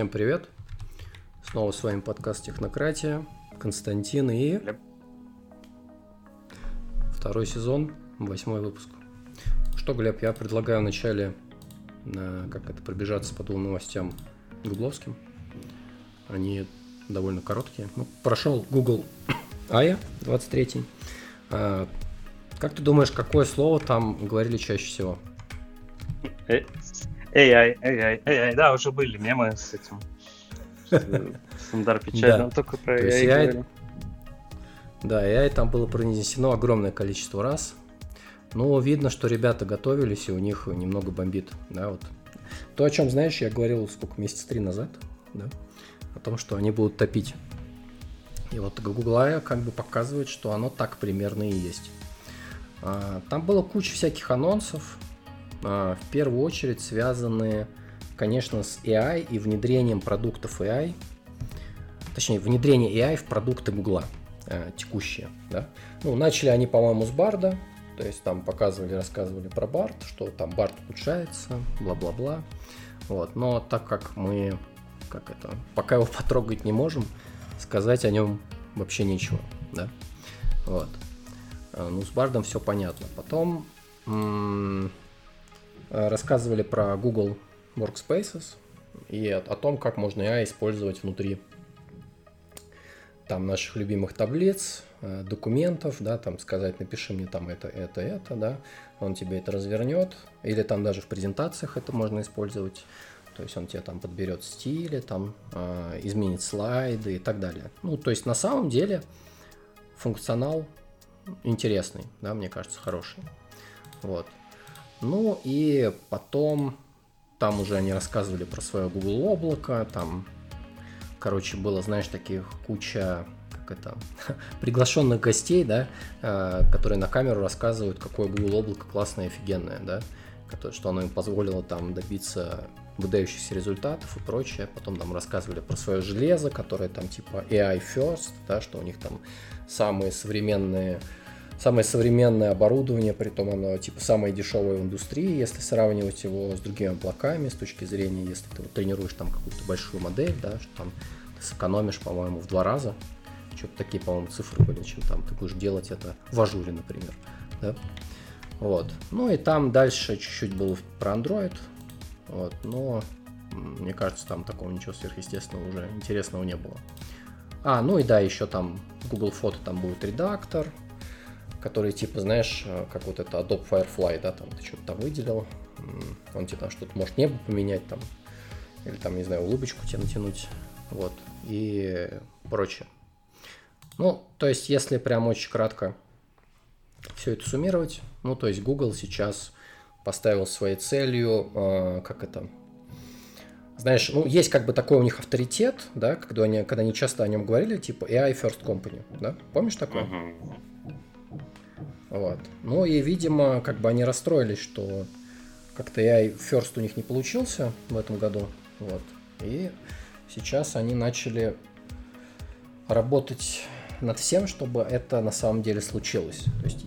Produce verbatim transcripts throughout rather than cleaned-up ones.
Всем привет. Снова с вами подкаст «Технократия». Константин и... Yep. Второй сезон, восьмой выпуск. Что, Глеб, я предлагаю вначале на, как это, пробежаться по двум новостям гугловским. Они довольно короткие. Ну, прошел Google ай эй двадцать третий. А, как ты думаешь, какое слово там говорили чаще всего? эй ай, эй ай, эй ай, да, уже были мемы с этим. Стандарт печально, Да. только про То эй есть ай эй ай говорили. Да, эй ай там было произнесено огромное количество раз. Но видно, что ребята готовились, и у них немного бомбит. Да, вот. То, о чем, знаешь, я говорил сколько, месяца три назад, да, о том, что они будут топить. И вот Google ай эй как бы показывает, что оно так примерно и есть. А, там было куча всяких анонсов, а, в первую очередь связанные, конечно, с эй ай и внедрением продуктов эй ай. Точнее, внедрение эй ай в продукты Google а, текущие. Да? Ну, начали они, по-моему, с Барда. То есть там показывали, рассказывали про Бард, что там Бард улучшается, бла-бла-бла. Вот. Но так как мы как это, пока его потрогать не можем, сказать о нем вообще нечего. Да? Вот. Ну, с Бардом все понятно. Потом м- рассказывали про Google Workspaces и о, о том, как можно эй ай использовать внутри там наших любимых таблиц, документов, да, там сказать, напиши мне там это, это, это, да, он тебе это развернет, или там даже в презентациях это можно использовать, то есть он тебе там подберет стили, там э, изменит слайды и так далее. Ну, то есть на самом деле функционал интересный, да, мне кажется, хороший. Вот. Ну и потом там уже они рассказывали про свое Google облако, там, короче, было, знаешь, таких куча как это, приглашенных гостей, да, э, которые на камеру рассказывают, какое Google облако классное и офигенное, да, что оно им позволило там добиться выдающихся результатов и прочее. Потом там рассказывали про свое железо, которое там типа эй ай first, да, что у них там самые современные, самое современное оборудование, притом оно типа самое дешевое в индустрии, если сравнивать его с другими облаками, с точки зрения, если ты вот тренируешь там какую-то большую модель, да, что там ты сэкономишь, по-моему, в два раза. Что-то такие, по-моему, цифры были, чем там ты будешь делать это в ажуре, например. Да? Вот. Ну и там дальше чуть-чуть было про Android. Вот. Но мне кажется, там такого ничего сверхъестественного уже интересного не было. А, ну и да, еще там в Google Фото там будет редактор, который типа, знаешь, как вот это Adobe Firefly, да, там ты что-то там выделил, он тебе там что-то может небо поменять там, или там, не знаю, улыбочку тебе натянуть, вот, и прочее. Ну, то есть, если прям очень кратко все это суммировать, ну, то есть, Google сейчас поставил своей целью, э, как это, знаешь, ну, есть как бы такой у них авторитет, да, когда они, когда они часто о нем говорили, типа эй ай First Company, да, помнишь такое? Uh-huh. Вот. Ну, и, видимо, как бы они расстроились, что как-то эй ай First у них не получился в этом году, вот, и сейчас они начали работать над всем, чтобы это на самом деле случилось. То есть,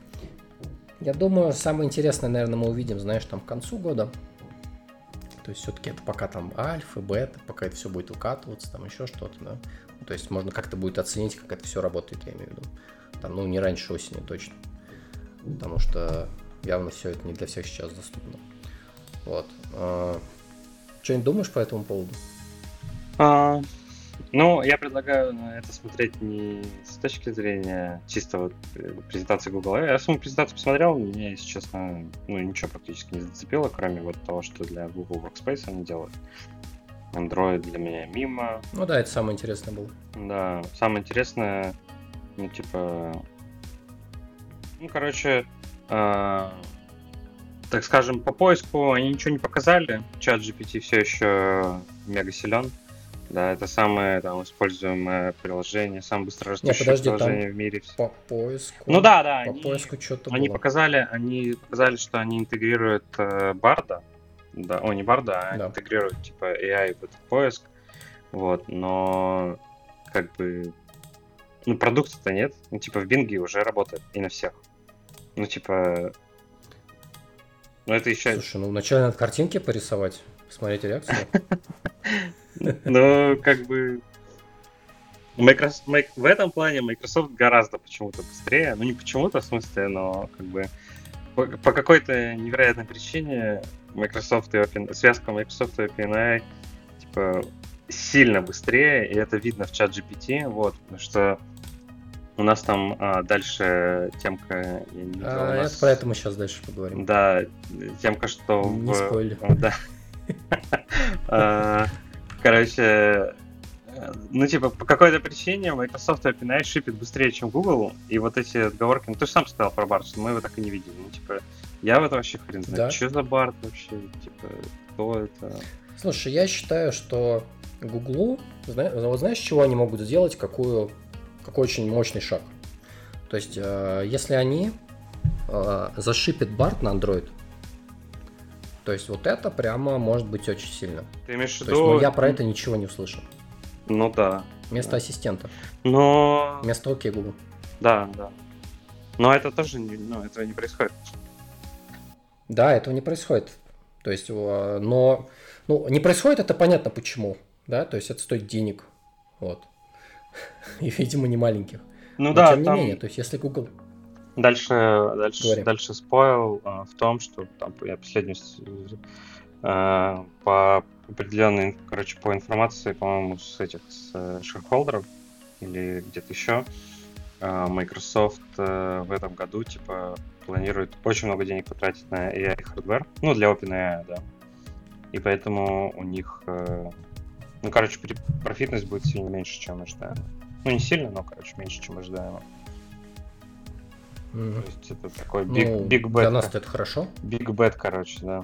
я думаю, самое интересное, наверное, мы увидим, знаешь, там к концу года. То есть, все-таки это пока там альфа, бета, пока это все будет выкатываться, там еще что-то, да. То есть, можно как-то будет оценить, как это все работает, я имею в виду. Там, ну, не раньше осени точно. Потому что явно все это не для всех сейчас доступно. Вот. А, что-нибудь думаешь по этому поводу? А... Ну, я предлагаю на это смотреть не с точки зрения чисто вот презентации Google эй ай. Я саму презентацию посмотрел, меня, если честно, ну, ничего практически не зацепило, кроме вот того, что для Google Workspace они делают. Android для меня мимо. Ну да, это самое интересное было. Да, самое интересное, ну, типа... Ну, короче, э, так скажем, по поиску они ничего не показали. Чат джи пи ти все еще мега силен. Да, это самое там используемое приложение, самое быстрорастущее Не, подожди, приложение там в мире. По поиску. Ну да, да, По они, поиску что-то они было. показали, они показали, что они интегрируют э, Барда. Да, о, не Барда, а Да. интегрируют типа эй ай в этот поиск. Вот, но как бы ну, продукта-то нет. Ну, типа в Bing уже работает и на всех. Ну, типа. Ну, это еще. Слушай, ну вначале надо картинки порисовать, посмотреть реакцию. Но как бы Microsoft, в этом плане Microsoft гораздо почему-то быстрее. Ну не почему-то, в смысле, но как бы по, по какой-то невероятной причине Microsoft и Open, связка Microsoft и OpenAI типа сильно быстрее, и это видно в чат джи пи ти, вот, потому что у нас там а, дальше темка, я не видел, А, у нас... это про это мы сейчас дальше поговорим. Да, темка, что... Не в... спойлер. Да. Короче, ну, типа, по какой-то причине Microsoft и OpenAI шипит быстрее, чем Google, и вот эти отговорки, ну, ты же сам сказал про Барт, что мы его так и не видели, ну, типа, я в это вообще хрен знаю, Да. что за Барт вообще, типа, кто это? Слушай, я считаю, что Google, вот знаешь, чего они могут сделать, какую, какой очень мощный шаг? То есть, если они зашипят Барт на Android, то есть вот это прямо может быть очень сильно. Ты имеешь в виду... То есть, ну, я про это ничего не услышал. Ну да. Вместо да. ассистента. Но... Вместо окей, Google. Да, да. Но это тоже не, ну, этого не происходит. Да, этого не происходит. То есть, но ну, не происходит, это понятно почему. Да, то есть это стоит денег. Вот. И, видимо, не маленьких. Ну но, да, тем не там... менее, то есть если Google... Дальше, дальше, дальше спойл а, в том, что там я последнюю а, по определенной, короче, по информации, по-моему, с этих с шерхолдеров или где-то еще, а, Microsoft а, в этом году типа планирует очень много денег потратить на эй ай хардвер, ну для OpenAI, да, и поэтому у них, а, ну короче, профитность будет сильно меньше, чем ожидаемо. Ну не сильно, но короче меньше, чем ожидаемо. Mm. То есть это такой big, ну, big bet. Для нас это хорошо. Big bet, короче, да.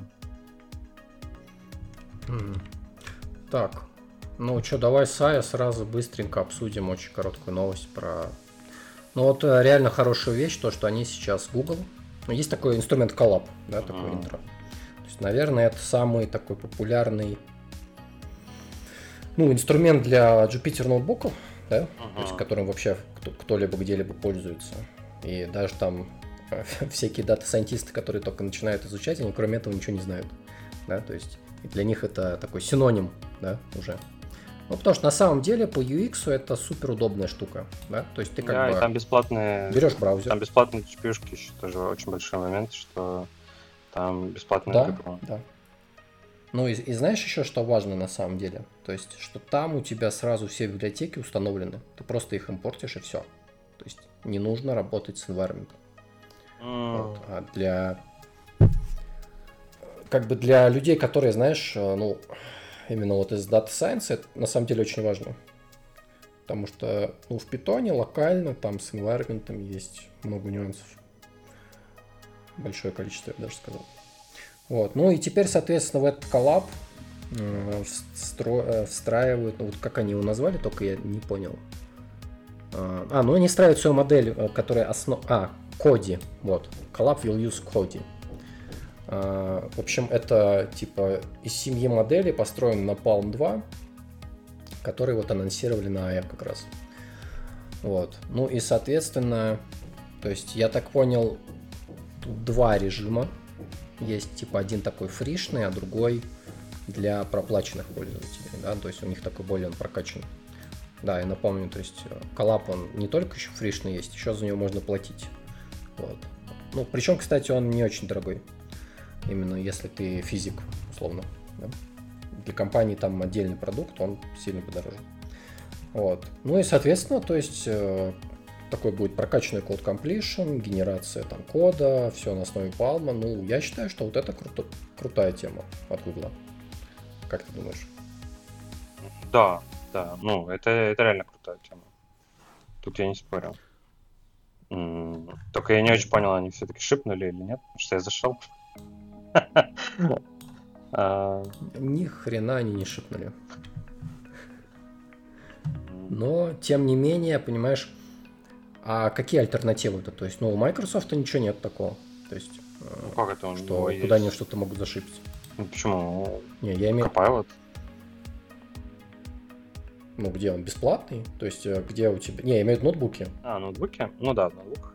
Mm. Так, ну что, давай с ай эй сразу быстренько обсудим очень короткую новость про... Ну вот реально хорошая вещь, то, что они сейчас Google... Ну, есть такой инструмент Colab, да, mm. такой интро. То есть, наверное, это самый такой популярный ну, инструмент для Jupyter ноутбуков, да, uh-huh. то есть, которым вообще кто- кто-либо где-либо пользуется. И даже там всякие дата-сайентисты, которые только начинают изучать, они кроме этого ничего не знают. Да? То есть для них это такой синоним, да, уже. Ну, потому что на самом деле по ю экс это супер удобная штука. Да? То есть ты как да, бы и там бесплатные, берешь браузер. Там бесплатные джи пи ю-шки еще тоже очень большой момент, что там бесплатные да, ГПУ. Да. Ну и, и знаешь еще, что важно на самом деле? То есть, что там у тебя сразу все библиотеки установлены. Ты просто их импортишь и все. То есть не нужно работать с environment. Mm. Вот. А для как бы для людей, которые, знаешь, ну, именно вот из Data Science, это на самом деле очень важно. Потому что ну, в Python локально, там с environment есть много нюансов. Большое количество, я бы даже сказал. Вот. Ну и теперь, соответственно, в этот коллаб э, встро... встраивают, ну вот как они его назвали, только я не понял. А, ну они встраивают свою модель, которая основ... А, Kodi, вот. Collab will use Kodi. А, в общем, это типа из семьи моделей построен на Palm два, которые вот анонсировали на эй ай как раз. Вот. Ну и, соответственно, то есть, я так понял, тут два режима. Есть типа один такой фришный, а другой для проплаченных пользователей. Да? То есть у них такой более он прокачан. Да, я напомню, то есть Colab он не только еще фришный есть, еще за него можно платить. Вот. Ну, причем, кстати, он не очень дорогой. Именно если ты физик, условно. Да? Для компании там отдельный продукт, он сильно подороже. Вот. Ну и, соответственно, то есть такой будет прокачанный код completion, генерация там кода, все на основе Palm. Ну, я считаю, что вот это круто, крутая тема от Google. Как ты думаешь? Да, да, ну, это, это реально крутая тема. Тут я не спорю. М-м, только я не очень понял, они все-таки шипнули или нет, потому что я зашел. Ни хрена они не шипнули. Но, тем не менее, понимаешь, а какие альтернативы-то? То есть, ну, у Microsoft ничего нет такого. То есть, ну, как это он что куда есть? Они что-то могут зашипить. Ну, почему? Не, я имею... Copilot. Ну, где он? Бесплатный? То есть, где у тебя... Не, имеют ноутбуки. А, ноутбуки? Ну да, в ноутбуках.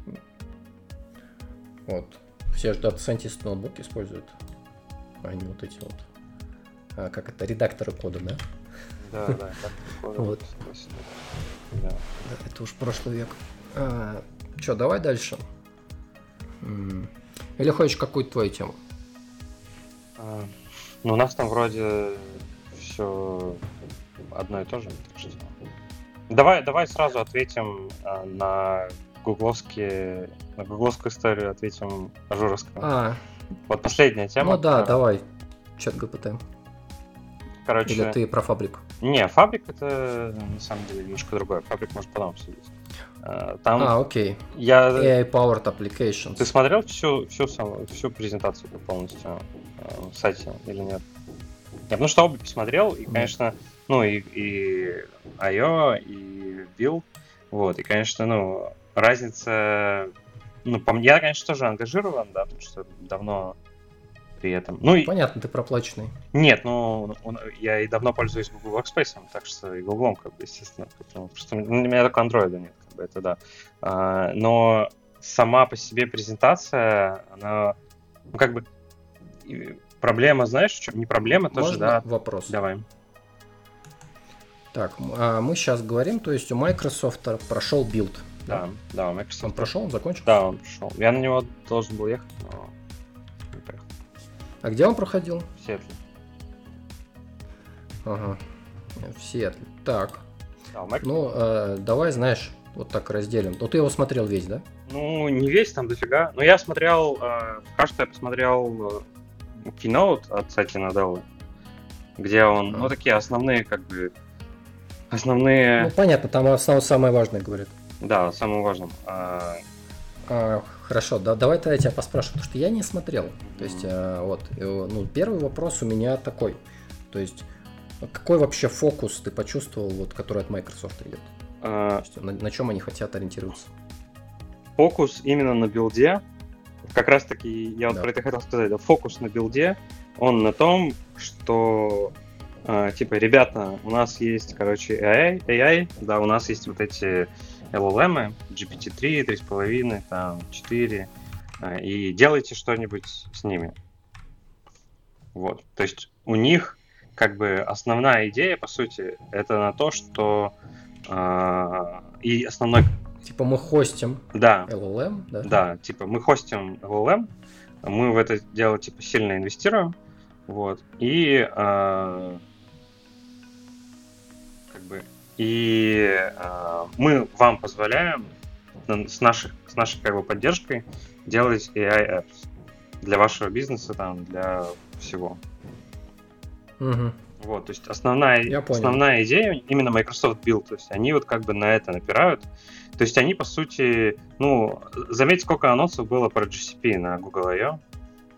Вот. Все же Data Scientist ноутбуки используют. А не вот эти вот... А, как это? Редакторы кода, да? Да, да, так Вот. Да. Да, это уж прошлый век. А, Че, давай дальше. М. Или хочешь какую-то твою тему? А, Ну, у нас там вроде все одно и то же. Так что... Давай, давай сразу ответим а, на гугловские, на гугловскую историю ответим ажуровскую. А, Вот последняя тема. ну да, которая- давай. Чат ГПТ. Короче, Или ты про фабрику? не, фабрик это на самом деле немножко другое. Фабрик может потом обсудить. А, Там А, окей. я... эй ай-powered applications. Ты смотрел всю, всю, саму- всю презентацию полностью э, в сайте или нет? Я потому что обе посмотрел, и, Нет. конечно, ну, и, и ай о, и Build, вот, и, конечно, ну, разница, ну, по мне, я, конечно, тоже ангажирован, да, потому что давно при этом, ну, и, Понятно, ты проплаченный. нет, ну, он- я и давно пользуюсь Google Workspace, так что и Google, как бы, естественно, поэтому просто у меня только андроида нет, как бы, это да. А, но сама по себе презентация, она, ну, как бы, и проблема, знаешь, в чем? Не проблема тоже, Можно да. вопрос? Давай. Так, м, а мы сейчас говорим, то есть у Microsoft прошел билд. Да, да, у Он Microsoft. прошел, он закончил? Да, он пришел. Я на него должен был ехать, но не поехал. А где он проходил? В Сиэтле. Ага, в Сиэтле. Так, Да, у Mac- ну, э, давай, знаешь, вот так разделим. Ну, ты его смотрел весь, да? Ну, не весь, там дофига. Но я смотрел, э, пока что я посмотрел э, Keynote от Сати Наделлы, где он, А. ну, такие основные, как бы, основные, Ну, понятно, там основное, самое важное говорит. да, самым важным. А, А, хорошо, да, давай тогда я тебя поспрашиваю, потому что я не смотрел. То есть, а, вот, и, ну, первый вопрос у меня такой. То есть, какой вообще фокус ты почувствовал, вот, который от Microsoft идет? а, То есть, на, на чем они хотят ориентироваться? фокус именно на билде, как раз таки, я вот Да. про это хотел сказать, да, фокус на билде, он на том, что, э, типа, ребята, у нас есть, короче, эй ай, эй ай, да, у нас есть вот эти эл эл эм, джи пи ти три, три с половиной, там, четыре, э, и делайте что-нибудь с ними. Вот, то есть у них, как бы, основная идея, по сути, это на то, что э, и основной, Типа мы хостим да, эл эл эм, да? Да, типа мы хостим эл эл эм, мы в это дело типа сильно инвестируем, вот, и э, как бы и э, мы вам позволяем на- с наших с нашей как бы поддержкой делать эй ай apps для вашего бизнеса, там, для всего. Мгм. Вот, то есть основная, Я понял. основная идея именно Microsoft Build, то есть они вот как бы на это напирают. То есть они, по сути, ну, заметь, сколько анонсов было про джи си пи на Google ай о.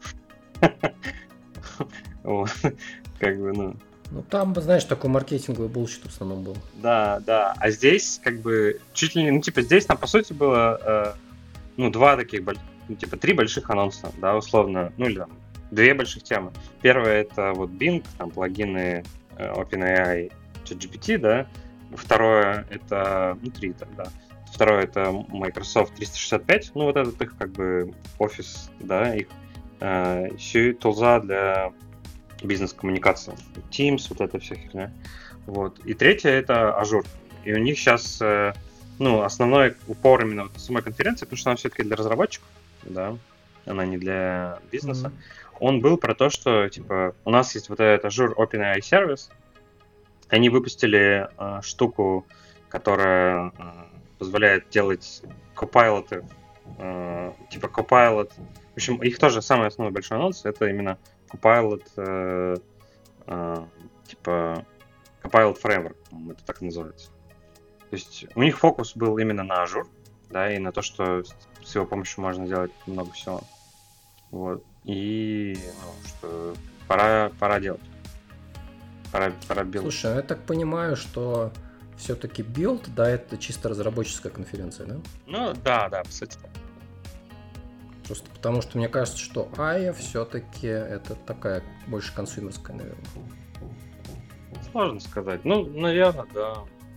Вот, как бы, ну, Ну, там, знаешь, такой маркетинговый булщит в основном был. да, да. А здесь, как бы, чуть ли не, ну, типа, здесь там, по сути, было, э, ну, два таких, боль- ну, типа, три больших анонса, да, условно, ну, или там, две больших темы. Первое — это вот Bing, там, плагины э, OpenAI, ChatGPT, да. Второе — это, ну, три, там, да. Второе — это Microsoft триста шестьдесят пять, ну, вот этот их, как бы, офис, да, их, э, еще и тулза для бизнес-коммуникации. Teams, вот эта вся херня. Вот. И третье — это Ажур. И у них сейчас, э, ну, основной упор именно вот самой конференции, потому что она все-таки для разработчиков, да, она не для бизнеса. Мгм. Он был про то, что, типа, у нас есть вот этот Azure OpenAI сервис. Они выпустили э, штуку, которая э, позволяет делать копайлоты, э, типа Copilot. В общем, их тоже самый основной большой анонс — это именно Copilot, э, э, типа Copilot Framework, по-моему, это так называется. То есть у них фокус был именно на Azure, да, и на то, что с- с его помощью можно делать много всего. Вот. И, ну, что пора, пора делать. Пора, пора билд. Слушай, я так понимаю, что все-таки билд, да, это чисто разработческая конференция, да? Ну, да, да, по сути. Просто потому что мне кажется, что ай все-таки это такая больше консюмерская, наверное. Сложно сказать. Ну, наверное, да.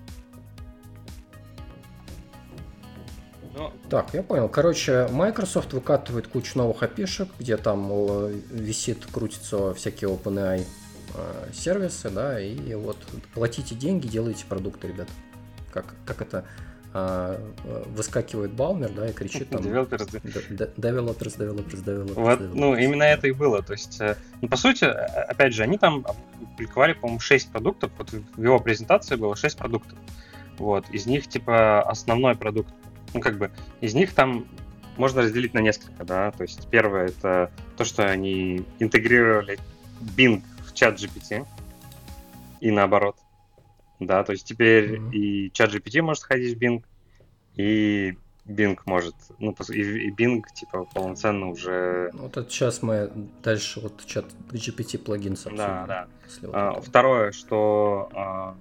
Ну, Так, я понял. Короче, Microsoft выкатывает кучу новых эй пи-шек, где там о, висит, крутится всякие OpenAI э, сервисы, да, и вот платите деньги, делайте продукты, ребят. Как, как это э, выскакивает Балмер, да, и кричит там Developers. developers, developers, developers. Вот, developers. ну, именно это и было. То есть, ну, по сути, опять же, они там опубликовали, по-моему, шесть продуктов. Вот в его презентации было шесть продуктов. Вот, из них, типа, основной продукт, ну, как бы, из них там можно разделить на несколько, да, то есть первое — это то, что они интегрировали Bing в ChatGPT и наоборот, да, то есть теперь mm-hmm. и ChatGPT может ходить в Bing, и Bing может, ну, и, и Bing, типа, полноценно уже... Вот это сейчас мы дальше вот ChatGPT плагин обсудим. Да, да. А, второе, что... А,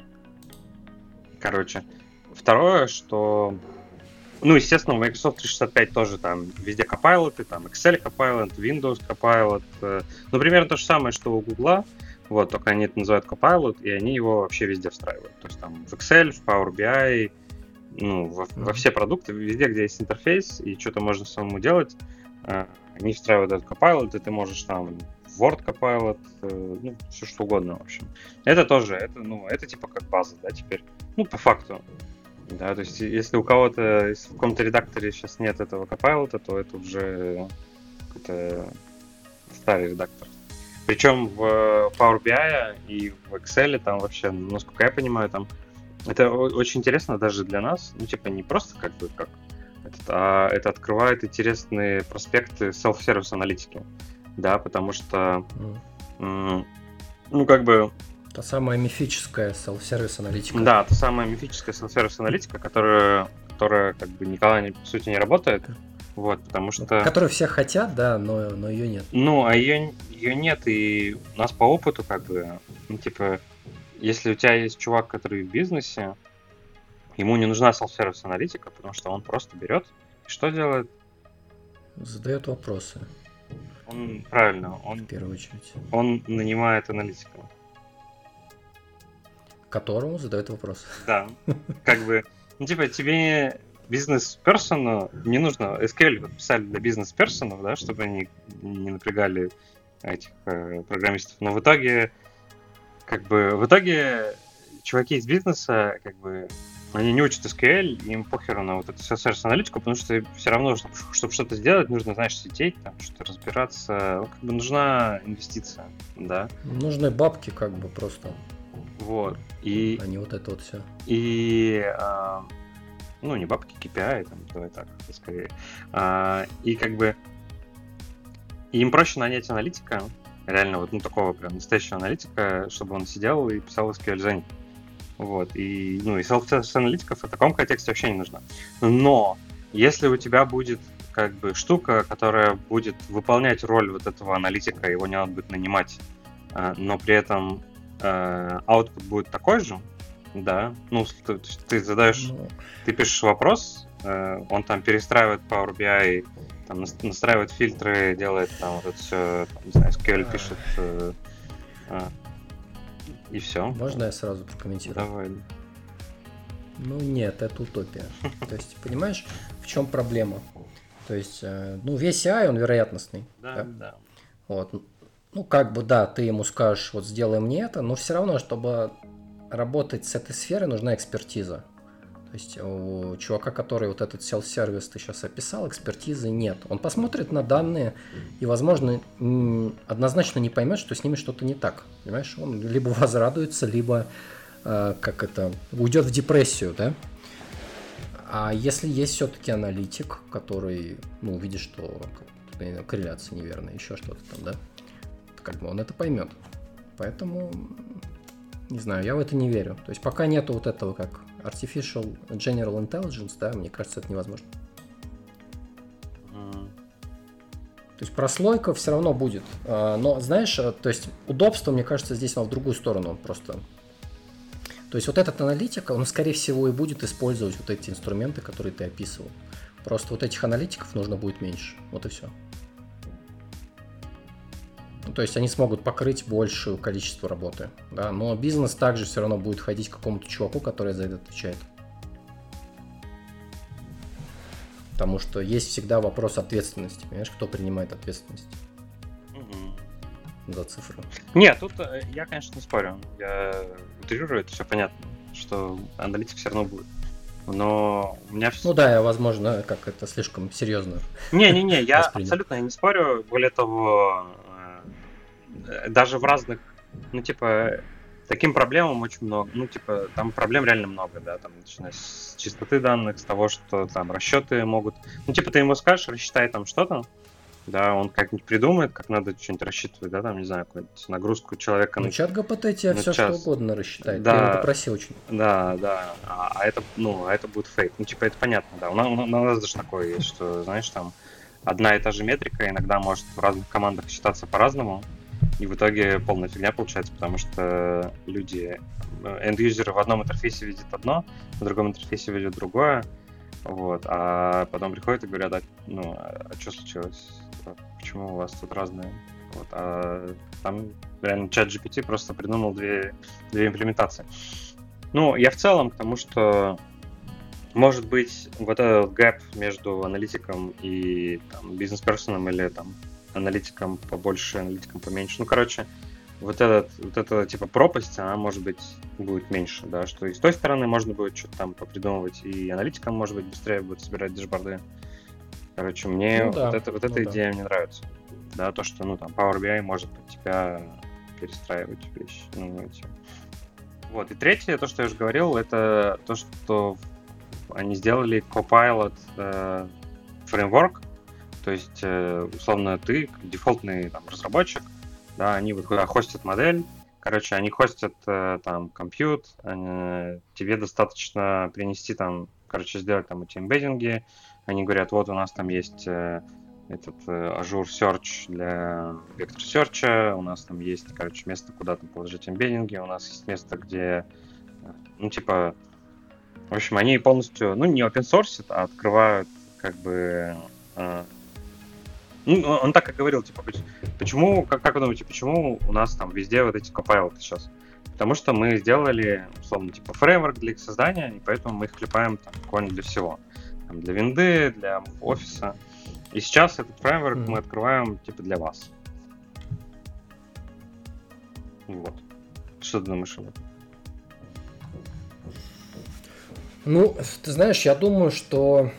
короче, второе, что... Ну, естественно, в Microsoft триста шестьдесят пять тоже там везде Copilot, там Excel Copilot, Windows Copilot. Ну, примерно то же самое, что у Google. Вот, только они это называют Copilot, и они его вообще везде встраивают. То есть там в Excel, в Power би ай, ну, во, mm-hmm. во все продукты, везде, где есть интерфейс, и что-то можно самому делать, они встраивают этот Copilot, и ты можешь там Word Copilot, ну, все что угодно, в общем. Это тоже, это, ну, это типа как база, да, теперь. Ну, по факту. Да, то есть если у кого-то, если в каком-то редакторе сейчас нет этого Copilot, то это уже какой-то старый редактор. Причем в Power би ай и в Excel там вообще, насколько я понимаю, там это очень интересно даже для нас, ну типа не просто как бы как этот, а это открывает интересные проспекты self-service аналитики, да, потому что mm. ну как бы та самая мифическая self-service аналитика. Да, та самая мифическая self-service аналитика, которая, которая как бы никогда, не, по сути, не работает. Вот, потому что... Которую все хотят, да, но, но ее нет. Ну, а ее, ее нет, и у нас по опыту, как бы, ну, типа, если у тебя есть чувак, который в бизнесе, ему не нужна self-service аналитика, потому что он просто берет и что делает? Задает вопросы. Он, правильно, он... В первую очередь. Он нанимает аналитика. Которому задают вопрос. Да, как бы, ну, типа, тебе бизнес-персону не нужно, эс кью эль писали для бизнес-персонов, да, чтобы они не напрягали этих э, программистов, но в итоге, как бы, в итоге чуваки из бизнеса, как бы, они не учат эс кью эль, им похеру на вот эту self-service аналитику, потому что все равно, чтобы, чтобы что-то сделать, нужно, знаешь, сидеть, там, что-то разбираться, ну, как бы нужна инвестиция, да. Нужны бабки, как бы, просто. Вот. И, а не вот это вот все. И, а, ну, не бабки, кей пи ай, там, давай так, скорее. А, и как бы им проще нанять аналитика, реально вот, ну, такого прям настоящего аналитика, чтобы он сидел и писал эс кью эль за них. Вот. И, ну, и self-service аналитиков в таком контексте вообще не нужно. Но если у тебя будет как бы штука, которая будет выполнять роль вот этого аналитика, его не надо будет нанимать, но при этом output будет такой же, да, ну, ты, ты задаешь, ну... ты пишешь вопрос, он там перестраивает Power би ай, там настраивает фильтры, делает там вот это все, там, не знаю, эс кью эль пишет, и все. Можно я сразу прокомментирую? Давай. Ну, нет, это утопия. То есть, понимаешь, в чем проблема? То есть, ну, весь эй ай, он вероятностный. Да, да. Вот. Ну, как бы, да, ты ему скажешь, вот сделай мне это, но все равно, чтобы работать с этой сферой, нужна экспертиза. То есть у чувака, который вот этот self-сервис ты сейчас описал, экспертизы нет. Он посмотрит на данные и, возможно, однозначно не поймет, что с ними что-то не так. Понимаешь? Он либо возрадуется, либо, э, как это, уйдет в депрессию, да? А если есть все-таки аналитик, который, ну, видит, что корреляция неверная, еще что-то там, да? Как бы он это поймет. Поэтому, не знаю, я в это не верю. То есть пока нету вот этого как Artificial General Intelligence, да, мне кажется, это невозможно. Mm. То есть прослойка все равно будет. Но, знаешь, то есть удобство, мне кажется, здесь оно в другую сторону просто. То есть вот этот аналитик, он, скорее всего, и будет использовать вот эти инструменты, которые ты описывал. Просто вот этих аналитиков нужно будет меньше. Вот и все. То есть они смогут покрыть большее количество работы, да, но бизнес также все равно будет ходить к какому-то чуваку, который за это отвечает. Потому что есть всегда вопрос ответственности, понимаешь, кто принимает ответственность. Mm-hmm. за цифры. Нет, тут я, конечно, не спорю. Я утрирую, это все понятно, что аналитик все равно будет. Но у меня все... Ну да, я, возможно, как это слишком серьезно. Не-не-не, я абсолютно не спорю. Более того, даже в разных, ну, типа, таким проблемам очень много. Ну, типа, там проблем реально много, да, там, начиная с частоты данных, с того, что там расчеты могут... Ну, типа, ты ему скажешь, рассчитай там что-то, да, он как-нибудь придумает, как надо что-нибудь рассчитывать, да, там, не знаю, какую-нибудь нагрузку человека. Ну, на... чат джи пи ти тебе все час. что угодно рассчитает, да, ты его попроси очень. Да, да, а, а это, ну, а это будет фейк. Ну, типа, это понятно, да. У нас, у нас даже такое есть, что, знаешь, там, одна и та же метрика иногда может в разных командах считаться по-разному, и в итоге полная фигня получается, потому что люди, энд-юзеры в одном интерфейсе видят одно, в другом интерфейсе видят другое, вот, а потом приходят и говорят, а, ну, а что случилось? Почему у вас тут разные? Вот, а там реально чат джи пи ти просто придумал две, две имплементации. Ну, я в целом к тому, что может быть вот этот гэп между аналитиком и там, бизнес-персоном или там аналитиком побольше, аналитиком поменьше. Ну, короче, вот этот, вот эта типа пропасть, она может быть будет меньше, да, что и с той стороны можно будет что-то там попридумывать, и аналитикам, может быть, быстрее будет собирать дэшборды. Короче, мне ну, да. вот, это, вот эта ну, идея да. мне нравится. Да, то, что, ну, там, Power би ай может под тебя перестраивать вещи. Ну, эти. Вот, и третье, то, что я уже говорил, это то, что они сделали Copilot э, фреймворк, то есть, э, условно, ты, дефолтный там, разработчик, да, они вот хостят модель, короче, они хостят э, там компьют, они, тебе достаточно принести там, короче, сделать там эти эмбеддинги, они говорят, вот у нас там есть э, этот э, Azure Search для Vector Search, у нас там есть, короче, место, куда там положить эмбеддинги, у нас есть место, где, ну, типа, в общем, они полностью, ну, не open source, а открывают, как бы, э, ну, он так и говорил, типа, почему, как, как вы думаете, почему у нас там везде вот эти Copilot сейчас? Потому что мы сделали, условно, типа, фреймворк для их создания, и поэтому мы их клепаем там буквально для всего. Там, для винды, для офиса. И сейчас этот фреймворк mm-hmm. мы открываем, типа, для вас. Вот. Что ты думаешь об этом? Ну, ты знаешь, я думаю, что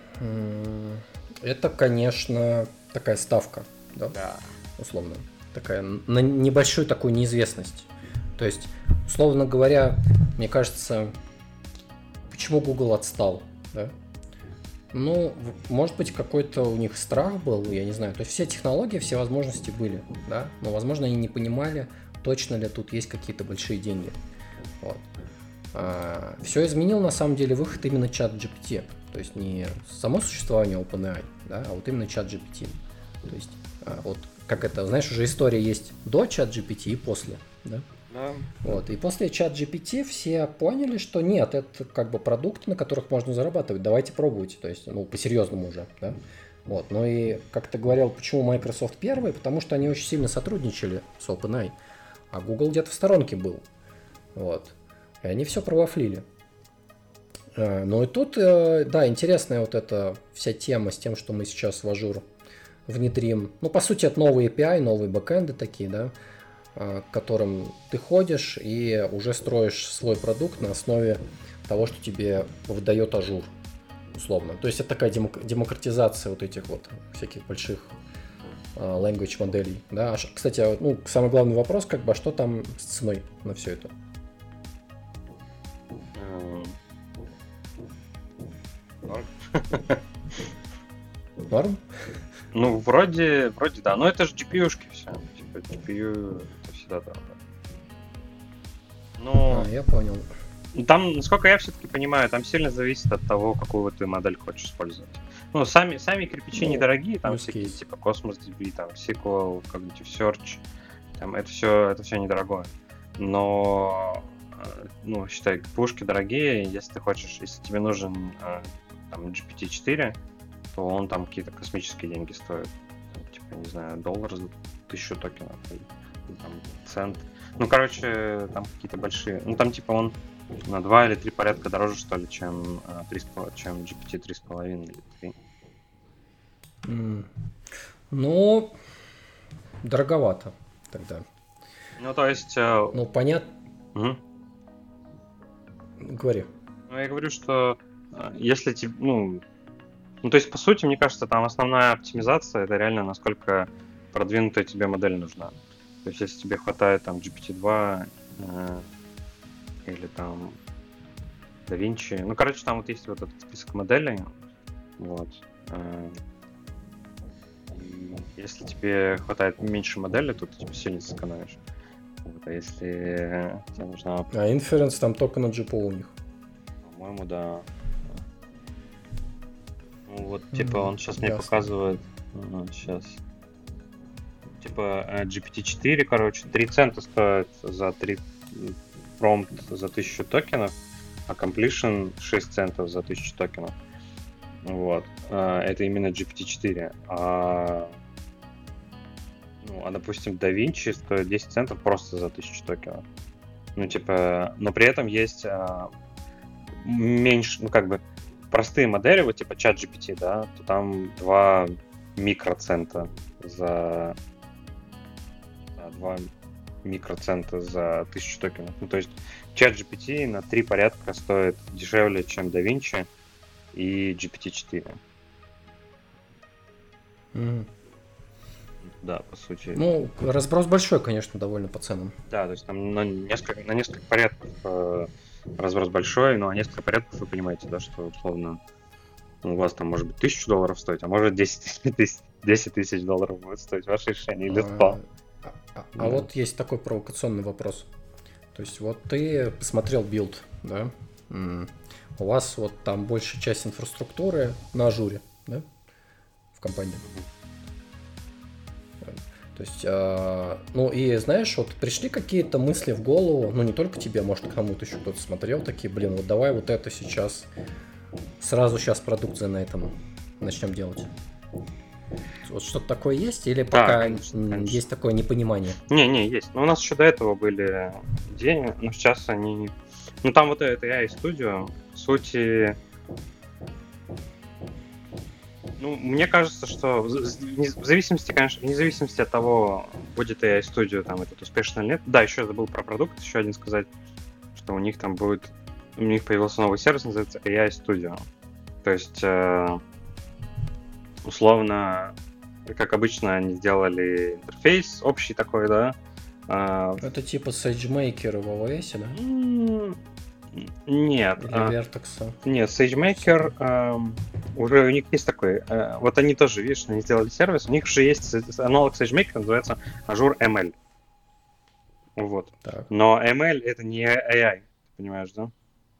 это, конечно, такая ставка, да, да. условно, такая на небольшую такую неизвестность. То есть, условно говоря, мне кажется, почему Google отстал, да? Ну, может быть, какой-то у них страх был, я не знаю. То есть все технологии, все возможности были, да, но, возможно, они не понимали, точно ли тут есть какие-то большие деньги. Вот. А, все изменил, на самом деле, выход именно чат джи пи ти. То есть не само существование OpenAI, да, а вот именно чат джи пи ти. То есть а, вот как это, знаешь, уже история есть до чат джи пи ти и после, да? Да. Вот. И после чат джи пи ти все поняли, что нет, это как бы продукты, на которых можно зарабатывать, давайте пробуйте, то есть, ну, по-серьезному уже, да? Вот. Ну и, как ты говорил, почему Microsoft первый? Потому что они очень сильно сотрудничали с OpenAI, а Google где-то в сторонке был, вот. И они все провафлили. Ну и тут, да, интересная вот эта вся тема с тем, что мы сейчас в Azure внедрим. Ну, по сути, это новые эй пи ай, новые бэкэнды такие, да, к которым ты ходишь и уже строишь свой продукт на основе того, что тебе выдает Azure, условно. То есть это такая демократизация вот этих вот всяких больших language моделей. Да. Кстати, ну, самый главный вопрос, как бы, а что там с ценой на все это? Норм? Ну, вроде, вроде да, но это же джи пи ю-шки все. Типа джи пи ю это всегда да. Но... А, я понял. Там, насколько я все-таки понимаю, там сильно зависит от того, какую ты модель хочешь использовать. Ну, сами, сами кирпичи ну, недорогие, там всякие кейс. Типа Cosmos ди би, там эс ку эл, Cognitive Search, там это все, это все недорогое. Но, ну, считай, пушки дорогие, если ты хочешь, если тебе нужен там джи пи ти четыре, то он там какие-то космические деньги стоит. Там, типа, не знаю, доллар за тысячу токенов, или там, цент. Ну, короче, там какие-то большие. Ну, там типа он на два или три порядка дороже, что ли, чем, чем джи пи ти три с половиной или три. Mm. Ну, дороговато. тогда. Ну, то есть... э, Ну, понятно. мгм. Говори. Ну, я говорю, что э, если тебе, ну, ну, то есть, по сути, мне кажется, там основная оптимизация, это реально насколько продвинутая тебе модель нужна. То есть, если тебе хватает там джи пи ти два э, или там DaVinci, ну, короче, там вот есть вот этот список моделей, вот. э, и если тебе хватает меньше модели, то ты типа сильно сэкономишь. Вот, а если э, тебе нужна, А Inference там только на джи пи ю у них. по-моему, да. Ну вот, типа, Мгм, он сейчас мне ясно. показывает, сейчас, типа, э, джи пи ти четыре, короче, три цента стоит за три м, промпт за тысячу токенов, а completion шесть центов за тысячу токенов. Вот. Э, Это именно джи пи ти четыре. А, ну, а допустим, DaVinci стоит десять центов просто за тысячу токенов. Ну, типа, но при этом есть а, меньше, ну, как бы, простые модели, вот типа ChatGPT, да, то там два микроцента за да, два микроцента за тысячу токенов. Ну, то есть ChatGPT на три порядка стоит дешевле, чем DaVinci и джи пи ти четыре. Мгм. Да, по сути. Ну, разброс большой, конечно, довольно по ценам. Да, то есть там на несколько, на несколько порядков э, разброс большой, но на несколько порядков вы понимаете, да, что условно у вас там может быть тысячу долларов стоить, а может десять тысяч, десять тысяч долларов будет стоить ваше решение или сто. А, а- а Да. вот есть такой провокационный вопрос. То есть вот ты посмотрел билд, да? М, У вас вот там большая часть инфраструктуры на ажуре, да? В компании. То есть, а, ну и знаешь, вот пришли какие-то мысли в голову, ну не только тебе, может кому-то еще кто-то смотрел, такие, блин, вот давай вот это сейчас, сразу сейчас продукцию на этом начнем делать. Вот что-то такое есть или Да, пока конечно, м, конечно. есть такое непонимание? Не, не, есть. Но у нас еще до этого были идеи, но сейчас они... Ну там вот это эй ай Studio, по сути... Ну, мне кажется, что в з- вне- в зависимости, конечно, вне зависимости от того, будет эй ай Studio там этот успешно или нет. Да, еще я забыл про продукт, еще один сказать, что у них там будет... У них появился новый сервис, называется эй ай Studio. То есть, э, условно, как обычно, они сделали интерфейс общий такой, да. А, Это типа SageMaker в эй ви эс, да? м, Нет, Или а, Vertex? нет, SageMaker, эм, уже у них есть такой, э, вот они тоже, видишь, они сделали сервис, у них же есть с- аналог SageMaker, называется Azure эм эл. Вот. Так, Но эм эл это не эй ай, ты понимаешь, да?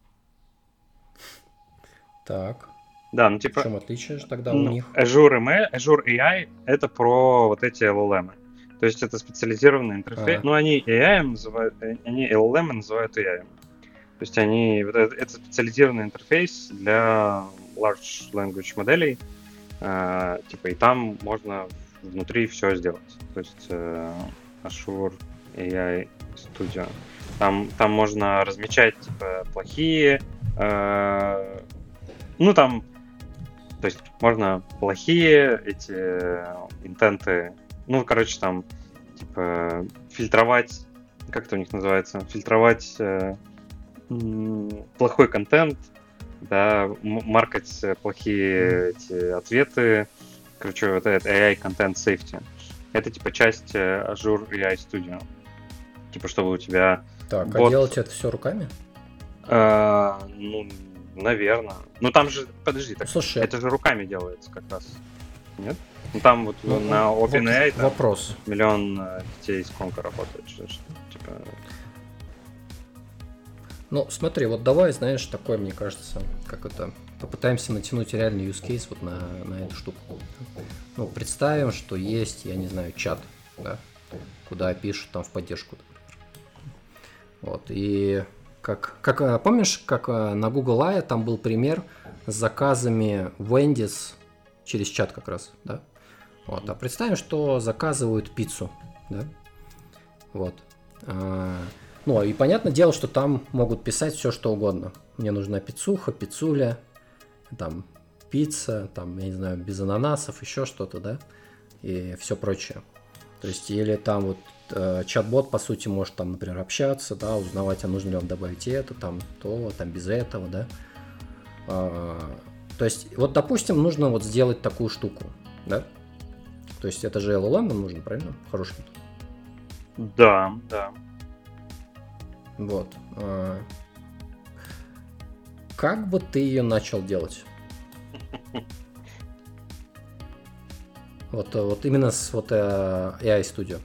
так. Да, ну В типа, чем отличие же тогда у ну, них? Azure эм эл, Azure эй ай это про вот эти эл эл эм. То есть это специализированный интерфейс. А, Ну, они эй ай называют, э, они эл эл эм называют эй ай. То есть они, вот это, это специализированный интерфейс для large language моделей. Э, типа, и там можно внутри все сделать. То есть э, Azure эй ай Studio. Там, там можно размечать типа плохие, э, ну там, то есть можно плохие эти э, интенты, ну короче там типа фильтровать, как это у них называется, фильтровать э, м, плохой контент, да, м- маркать э, плохие эти ответы, короче, вот этот эй ай Content Safety. Это типа часть э, Azure эй ай Studio. Типа, чтобы у тебя так, а бот... делать это все руками? э, ну, наверное. Ну там же, подожди, так, Слушай, это же руками делается как раз. Нет? Ну там вот ну, на вот OpenAI там вопрос. миллион э, детей из Конка работает. Что, что, типа... Ну, смотри, вот давай, знаешь, такой, мне кажется, как это, попытаемся натянуть реальный use case вот на, на эту штуку. Ну, представим, что есть, я не знаю, чат, да, куда пишут там в поддержку, например. Вот, и как, как а, помнишь, как а, на Google эй ай там был пример с заказами Wendy's через чат как раз, да? Вот, а представим, что заказывают пиццу, да? Вот. А, Ну, и понятное дело, что там могут писать все, что угодно. Мне нужна пиццуха, пиццуля, там, пицца, там, я не знаю, без ананасов, еще что-то, да, и все прочее. То есть, или там вот э, чат-бот, по сути, может там, например, общаться, да, узнавать, а нужно ли вам добавить это, там, то, там, без этого, да. А, то есть, вот, допустим, нужно вот сделать такую штуку, да. То есть, это же эл эл эм нам нужно, правильно? Хороший. Да, да. Вот. А, как бы ты ее начал делать? Вот, вот именно с вот эй ай Studio.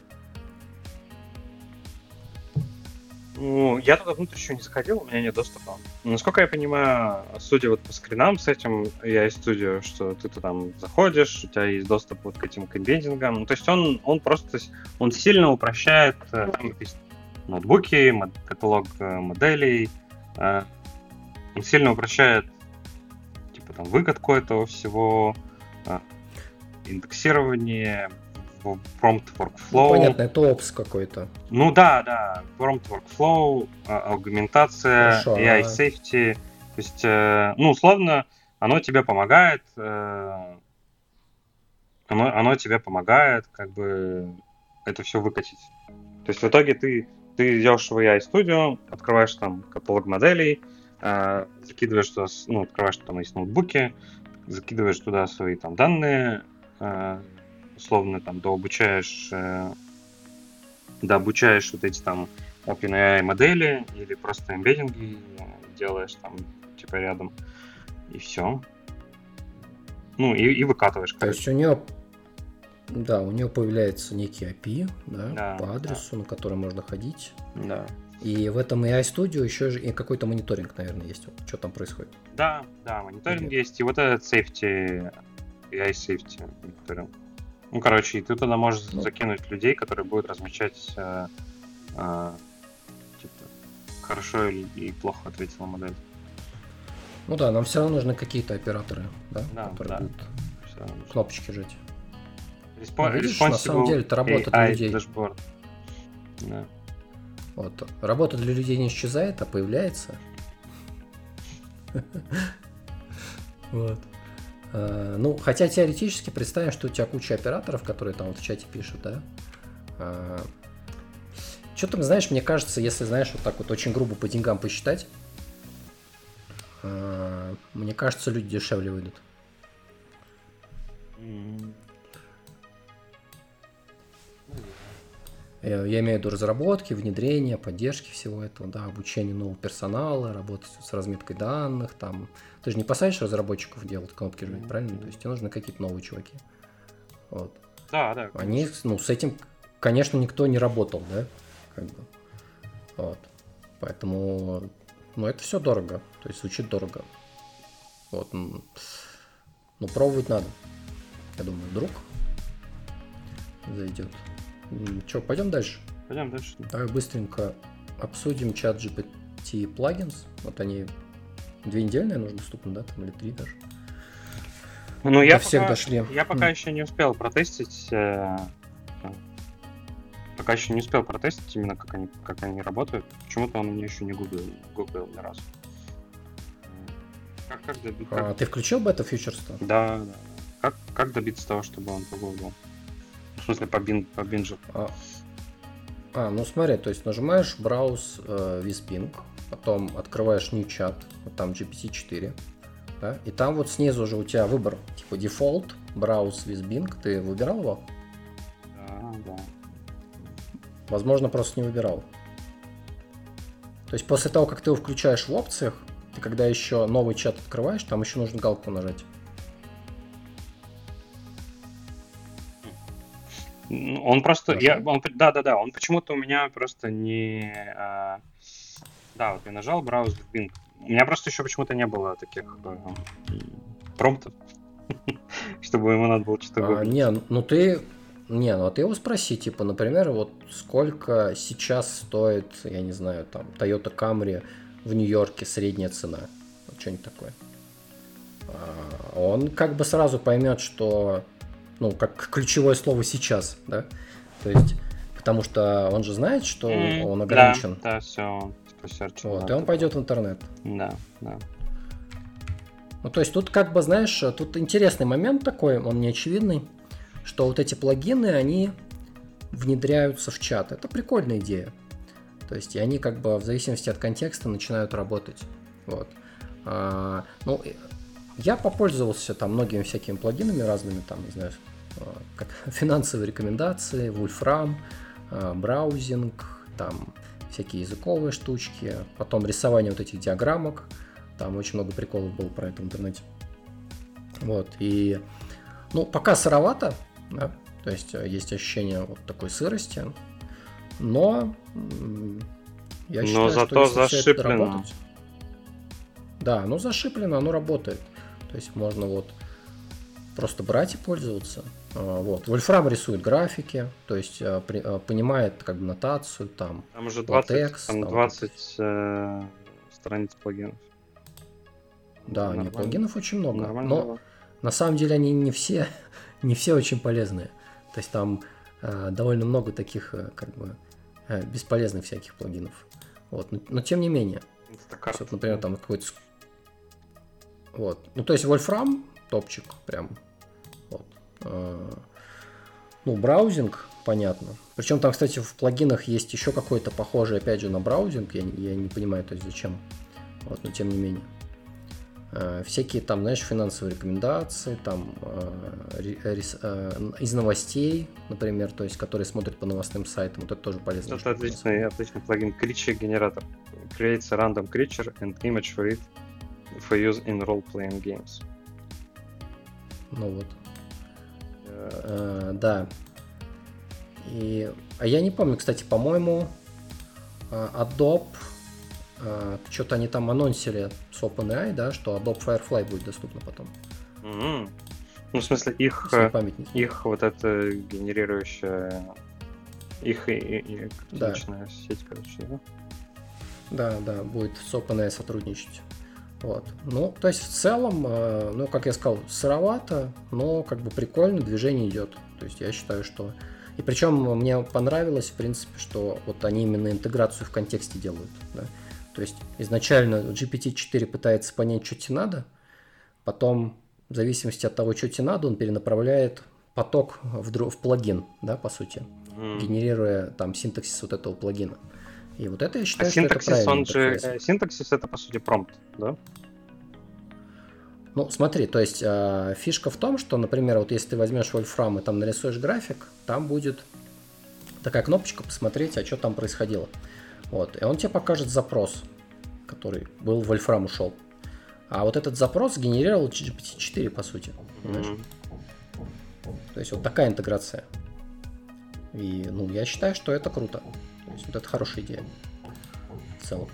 Ну, я туда внутрь еще не заходил, у меня нет доступа. Насколько я понимаю, судя вот по скринам с этим эй ай Studio, что ты там заходишь, у тебя есть доступ вот к этим к эмбеддингам. Ну, то есть он, он просто, он сильно упрощает, там есть ноутбуки, мод, каталог моделей, он сильно упрощает, типа там, выкатку этого всего, индексирование, prompt workflow. Ну, понятно, это опс какой-то. Ну да, да, prompt workflow, аугментация, Хорошо, эй ай а... safety. То есть, ну, условно, оно тебе помогает, оно, оно тебе помогает как бы это все выкатить. То есть в итоге ты, ты идешь в эй ай Studio, открываешь там каталог моделей, закидываешь туда, ну, открываешь, там есть ноутбуки, закидываешь туда свои там данные, условно там дообучаешь, дообучаешь вот эти там OpenAI модели или просто эмбеддинги делаешь там типа рядом, и все. Ну, и, и выкатываешь. То есть у нее, да, у нее появляется некий эй пи, да, да, по адресу, да. на который можно ходить. Да. И в этом эй ай Studio еще и какой-то мониторинг, наверное, есть. Вот, что там происходит. Да, да, мониторинг Или... есть. И вот этот safety, эй ай safety мониторинг. Ну, короче, и ты туда можешь ну. закинуть людей, которые будут размечать, э, э, типа, хорошо или, или плохо ответила модель. Ну да, нам все равно нужны какие-то операторы, да, да которые да. будут кнопочки жать. Респон... Ну, видишь, на самом деле это работа для людей. Dashboard. Да. Вот. Работа для людей не исчезает, а появляется. Вот. Ну, хотя теоретически представим, что у тебя куча операторов, которые там вот в чате пишут, да. Что там, знаешь, мне кажется, если, знаешь, вот так вот очень грубо по деньгам посчитать, мне кажется, люди дешевле выйдут. Я, я имею в виду разработки, внедрения, поддержки всего этого, да, обучение нового персонала, работать с разметкой данных, там. Ты же не посадишь разработчиков делать кнопки жать, правильно? То есть тебе нужны какие-то новые чуваки. Вот. Да, да. Они, ну, с этим, конечно, никто не работал, да, как бы. Вот. Поэтому, ну, это все дорого, то есть звучит дорого. Вот. Ну, пробовать надо. Я думаю, вдруг зайдет. Че, пойдем дальше? Пойдем дальше. Давай быстренько обсудим чат джи пи ти плагинс. Вот они две недели, наверное, уже доступны, да, там или три даже. Ну, я всех пока, дошли. Я пока mm. еще не успел протестить. Э, пока еще не успел протестить именно как они, как они работают. Почему-то он мне еще не гуглил, гуглил ни разу. Как, как добиться? А, как... ты включил бета-фьючерс-то? Да, да. Как, как добиться того, чтобы он погуглил? В смысле, по, бин, по бинжу. А, а, ну смотри, то есть нажимаешь Browse э, with Bing, потом открываешь New Chat, вот там джи пи ти четыре, да, и там вот снизу уже у тебя выбор, типа Default, Browse with Bing, ты выбирал его? Да, да. Возможно, просто не выбирал. То есть после того, как ты его включаешь в опциях, ты когда еще новый чат открываешь, там еще нужно галку нажать. Он просто, я, он, да, да, да, он почему-то у меня просто не, а, да, вот я нажал браузер Bing, у меня просто еще почему-то не было таких а, промптов, чтобы ему надо было что-то гуглить. А, не, ну ты, не, ну ты его спроси, типа, например, вот сколько сейчас стоит, я не знаю, там, Toyota Camry в Нью-Йорке средняя цена, вот что-нибудь такое. А, он как бы сразу поймет, что ну, как ключевое слово сейчас, да, то есть, потому что он же знает, что mm, он ограничен. Да, да, все, вот, и он пойдет в интернет. Да, да. Ну, то есть, тут как бы, знаешь, тут интересный момент такой, он не очевидный, что вот эти плагины, они внедряются в чат. Это прикольная идея. То есть, и они как бы в зависимости от контекста начинают работать. Вот. А, ну, я попользовался там многими всякими плагинами разными, там, не знаю, как финансовые рекомендации, Wolfram, браузинг, там всякие языковые штучки, потом рисование вот этих диаграммок. Там очень много приколов было про это в интернете. Вот, и, ну, пока сыровато, да, то есть есть ощущение вот такой сырости, но я но считаю, зато что если зашиплено. это работать, да, ну зашиплено, оно работает. То есть можно вот просто брать и пользоваться. Вот. Wolfram рисует графики, то есть понимает как бы нотацию, там, Там уже двадцать, латекс, там там двадцать э, страниц плагинов. Да, Нормально. нет, плагинов очень много. Нормально Но было. на самом деле они не все, не все очень полезные. То есть там э, довольно много таких э, как бы э, бесполезных всяких плагинов. Вот. Но, но тем не менее. То есть, вот, например, там какой-то... Вот. Ну, то есть Wolfram топчик прям. Вот. Э, ну, браузинг, понятно. Причем там, кстати, в плагинах есть еще какой-то похожий, опять же, на браузинг. Я, я не понимаю, то есть зачем. Вот, но тем не менее. Всякие там, знаешь, финансовые рекомендации, там э, рис, э, из новостей, например, то есть, которые смотрят по новостным сайтам, вот это тоже полезно. Это отличный, отличный плагин Creature генератор. Creates a random creature and image for it for use in role-playing games. Ну вот. Yeah. Э, да. И, а я не помню, кстати, по-моему, Adobe что-то они там анонсили с OpenAI, да, что Adobe Firefly будет доступно потом. Mm-hmm. Ну, в смысле, их, их вот это генерирующая, их и, и, и да. личная сеть, короче, да? Да, да, будет с OpenAI сотрудничать. Вот. Ну, то есть в целом, ну, как я сказал, сыровато, но как бы прикольно, движение идет. То есть я считаю, что... И причем мне понравилось, в принципе, что вот они именно интеграцию в контексте делают, да. То есть изначально джи пи ти четыре пытается понять, что тебе надо, потом в зависимости от того, что тебе надо, он перенаправляет поток в, дру- в плагин, да, по сути, mm. генерируя там синтаксис вот этого плагина. И вот это я считаю, а что синтаксис, это правильный он же, синтаксис это по сути промпт, да? Ну, смотри, то есть э, фишка в том, что, например, вот если ты возьмешь Wolfram и там нарисуешь график, там будет такая кнопочка посмотреть, а что там происходило. Вот, и он тебе покажет запрос, который был в Wolfram ушел. А вот этот запрос генерировал джи пи ти четыре, по сути. Mm-hmm. То есть вот такая интеграция. И, ну, я считаю, что это круто. То есть вот это хорошая идея. В целом.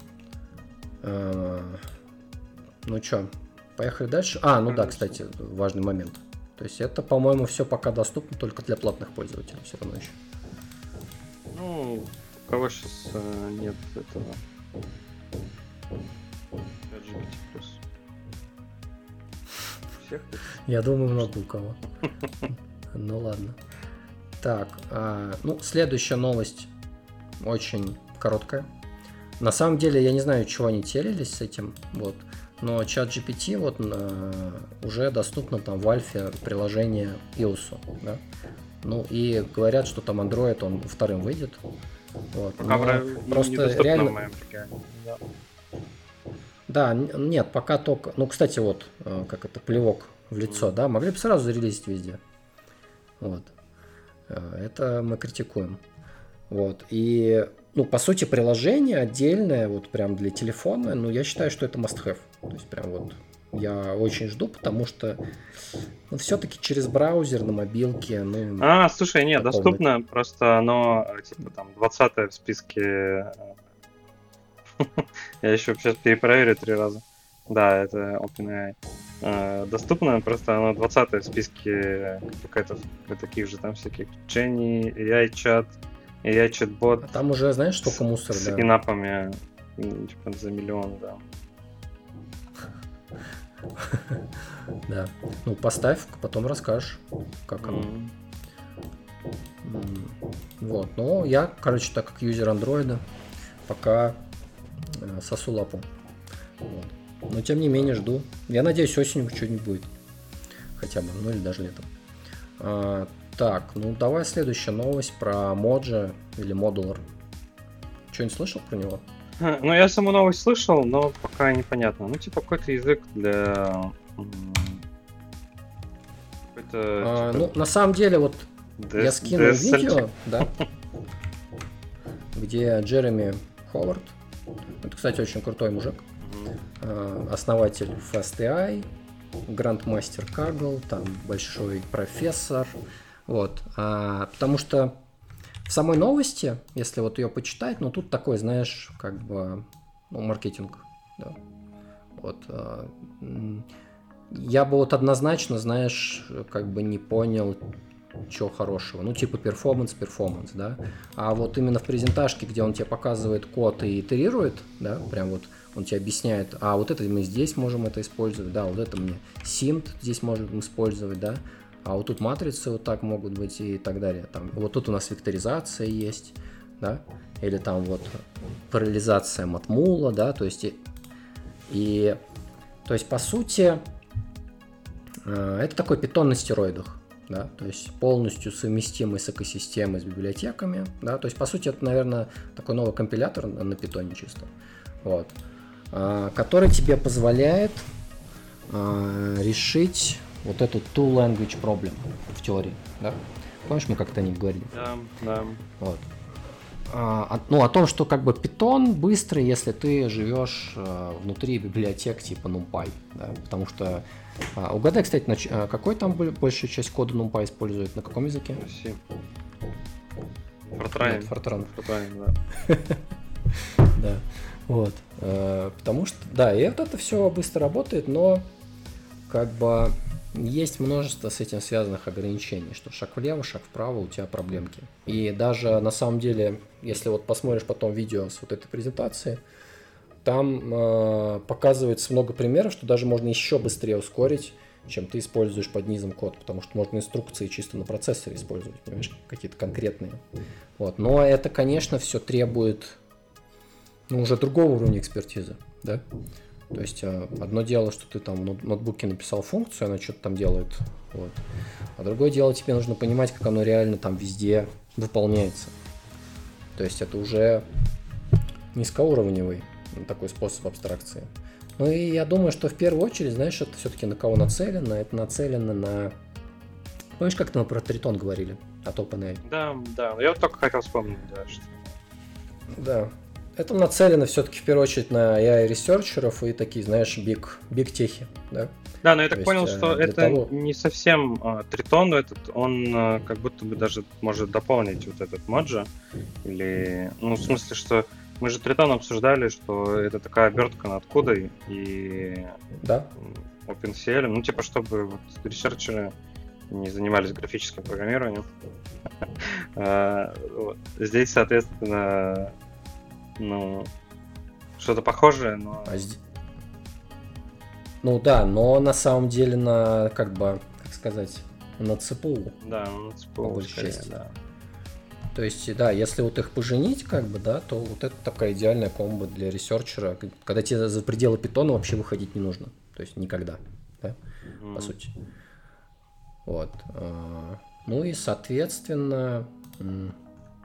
А, ну что, поехали дальше. А, ну да, кстати, важный момент. То есть это, по-моему, все пока доступно только для платных пользователей. Все равно еще. Ну... У кого сейчас э, нет этого джи пи ти плюс? Всех? Я думаю, много у кого. Ну ладно. Так, ну следующая новость очень короткая. На самом деле я не знаю, чего они телились с этим, вот. Но чат джи пи ти вот уже доступно там в альфе приложение iOS, да? Ну и говорят, что там Android он вторым выйдет. Вот. Пока просто реально... в моем да. да, нет, пока только... Ну, кстати, вот, как это, плевок в лицо, mm. да, могли бы сразу зарелизить везде. Вот. Это мы критикуем. Вот. И, ну, по сути, приложение отдельное, вот прям для телефона, ну, я считаю, что это must-have. То есть, прям вот я очень жду, потому что ну, все-таки через браузер на мобилке. Ну, а, слушай, нет, доступно, просто оно типа там двадцатое в списке. Я еще сейчас перепроверю три раза. Да, это OpenAI. Доступно, просто оно двадцатое в списке какая-то таких же там всяких Jenny, эй ай-чат, эй ай-чат-бот. А там уже, знаешь, сколько мусора, с да. С инапами типа за миллион, да. Да. Ну, поставь, потом расскажешь, как оно. Mm. Вот. Ну, я, короче, так как юзер андроида, пока э, сосу лапу. Вот. Но, тем не менее, жду. Я надеюсь, осенью что-нибудь будет. Хотя бы, ну или даже летом. А, Так, ну давай следующая новость про Mojo или Modular. Что-нибудь слышал про него? Ну, я саму новость слышал, но пока непонятно. Ну, типа, какой-то язык для... Какой-то, а, типа... Ну, на самом деле, вот Д- я скинул ди эс эль. видео, да, где Джереми Ховард, это, кстати, очень крутой мужик, а, основатель FastAI, грандмастер Kaggle, там большой профессор, вот, а, потому что в самой новости, если вот ее почитать, ну тут такой, знаешь, как бы, ну, маркетинг, да, вот, а, м, я бы вот однозначно, знаешь, как бы не понял, чего хорошего, ну типа перформанс, перформанс, да, а вот именно в презентажке, где он тебе показывает код и итерирует, да, прям вот он тебе объясняет, а вот это мы здесь можем это использовать, да, вот это мне симт здесь можем использовать, да, а вот тут матрицы вот так могут быть и так далее, там, вот тут у нас векторизация есть, да, или там вот параллелизация матмула, да, то есть и, и то есть по сути э, это такой питон на стероидах. Да, то есть полностью совместимый с экосистемой, с библиотеками, да, то есть по сути это, наверное, такой новый компилятор на питоне чисто, вот, а, который тебе позволяет а, решить вот эту two language problem в теории, да, помнишь, мы как-то о них говорили? Да, да. Вот. А, ну, о том, что как бы Python быстрый, если ты живешь а, внутри библиотек типа NumPy, да, потому что а, угадай, кстати, нач... а, какой там большая часть кода NumPy использует, на каком языке? Си. Fortran. Нет, Fortran. Fortran, да. Да, вот, а, потому что, да, и вот это все быстро работает, но как бы есть множество с этим связанных ограничений, что шаг влево, шаг вправо, у тебя проблемки. И даже на самом деле, если вот посмотришь потом видео с вот этой презентации, там э, показывается много примеров, что даже можно еще быстрее ускорить, чем ты используешь под низом код, потому что можно инструкции чисто на процессоре использовать, понимаешь, какие-то конкретные. Вот. Но это, конечно, все требует, ну, уже другого уровня экспертизы, да? То есть одно дело, что ты там в ноутбуке написал функцию, она что-то там делает, вот. А другое дело, тебе нужно понимать, как оно реально там везде выполняется. То есть это уже низкоуровневый такой способ абстракции. Ну и я думаю, что в первую очередь, знаешь, это все-таки на кого нацелено? Это нацелено на... Помнишь, как мы про Тритон говорили от OpenAI? Да, да, я вот только хотел вспомнить, да, что... Да. Это нацелено все-таки в первую очередь на эй ай-ресерчеров и такие, знаешь, big, big техи, да? Да, но я так То понял, есть, что для это того- не совсем а, Тритон, этот, он а, как будто бы даже может дополнить вот этот Mojo, или, ну, в смысле, что мы же Тритон обсуждали, что это такая обертка над кодой и Да. OpenCL, ну, типа, чтобы вот ресерчеры не занимались графическим программированием. А, вот. Здесь, соответственно, ну, что-то похожее, но... А сд- Ну да, но на самом деле на, как бы, как сказать, на си пи ю. Да, ну, типа, По большей скорее, части. да. То есть, да, если вот их поженить, как бы, да, то вот это такая идеальная комбо для ресерчера, когда тебе за пределы питона вообще выходить не нужно. То есть никогда, да, Мгм. по сути. Вот. а, Ну и, соответственно, м,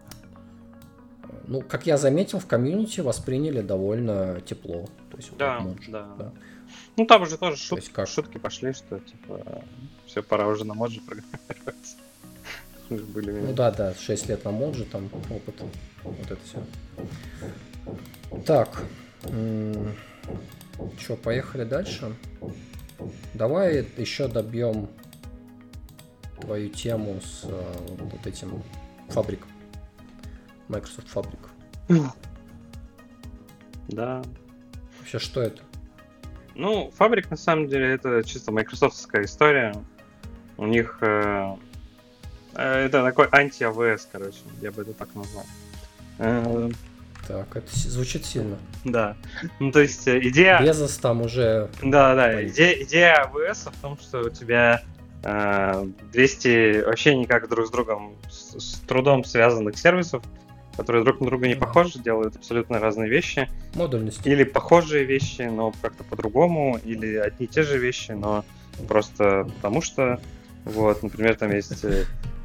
ну, как я заметил, в комьюнити восприняли довольно тепло. То есть, вот Да, этот Mojo, да. да. Ну, там уже тоже шут- есть как? шутки пошли, что, типа, все, пора уже на Моджи программировать. Уже были Ну да, да, шесть лет на Mojo, там опыт, вот это все. Так, что, поехали дальше? Давай еще добьем твою тему с э, вот этим Fabric, Microsoft Fabric. Да. Вообще, что это? Ну, Фабрик, на самом деле, это чисто майкрософтская история. У них... э, э, это такой анти-эй ви эс, короче, я бы это так назвал. Э, Так, это с- звучит сильно. да. Ну, то есть, э, идея... Безос там уже... Да, да, Болит. идея, идея эй ви эс в том, что у тебя э, двести вообще никак друг с другом, с, с трудом связанных сервисов, которые друг на друга не Ага. похожи, делают абсолютно разные вещи. Модульность. Или похожие вещи, но как-то по-другому, или одни и те же вещи, но просто потому что, вот, например, там есть э,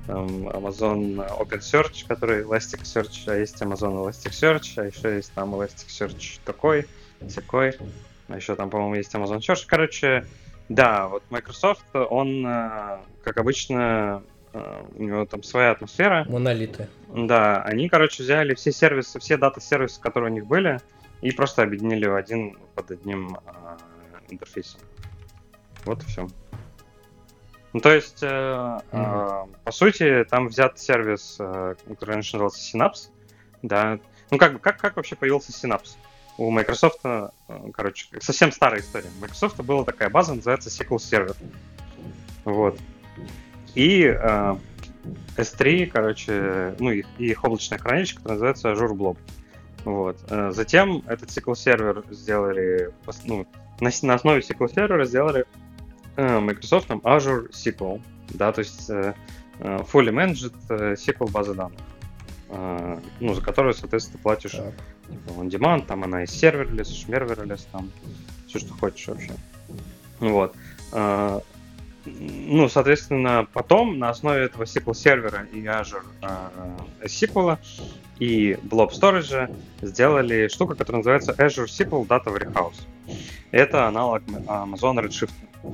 там Amazon OpenSearch, который Elasticsearch, а есть Amazon Elasticsearch, а еще есть там Elasticsearch такой, всякой, а еще там, по-моему, есть Amazon Search. Короче, да, вот Microsoft, он, э, как обычно, э, у него там своя атмосфера. Монолиты. Да, они, короче, взяли все сервисы, все дата-сервисы, которые у них были, и просто объединили в один под одним э, интерфейсом. Вот и все. Ну, то есть, э, mm-hmm. э, по сути, там взят сервис, э, который раньше назывался Synapse, да. Ну, как бы, как, как вообще появился Synapse? У Microsoft, э, короче, совсем старая история. У Microsoft была такая база, называется эс кью эль Server. Вот. И э, эс три, короче, ну, их, и их облачное хранилище, которое называется Azure Blob. Вот. Э, затем этот эс кью эль Server сделали, ну, на, на основе эс кью эль Server сделали Microsoft там Azure эс кью эль, да, то есть uh, fully managed uh, эс кью эль база данных, uh, ну, за которую, соответственно, ты платишь типа, on demand, там она и serverless, шмерверлес, там все, что хочешь вообще. Вот. Uh, ну, соответственно, потом на основе этого эс кью эль сервера и Azure uh, эс кью эль и Blob Storage сделали штуку, которая называется Azure эс кью эль Data Warehouse. Это аналог Amazon Redshift.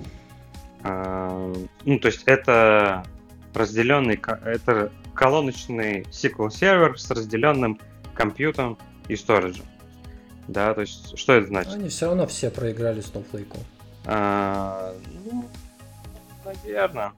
Uh, ну, то есть это разделенный, это колоночный эс кью эль сервер с разделенным компьютером и сториджем. Да, то есть что это значит? Они все равно все проиграли Snowflake. Uh, ну, наверное.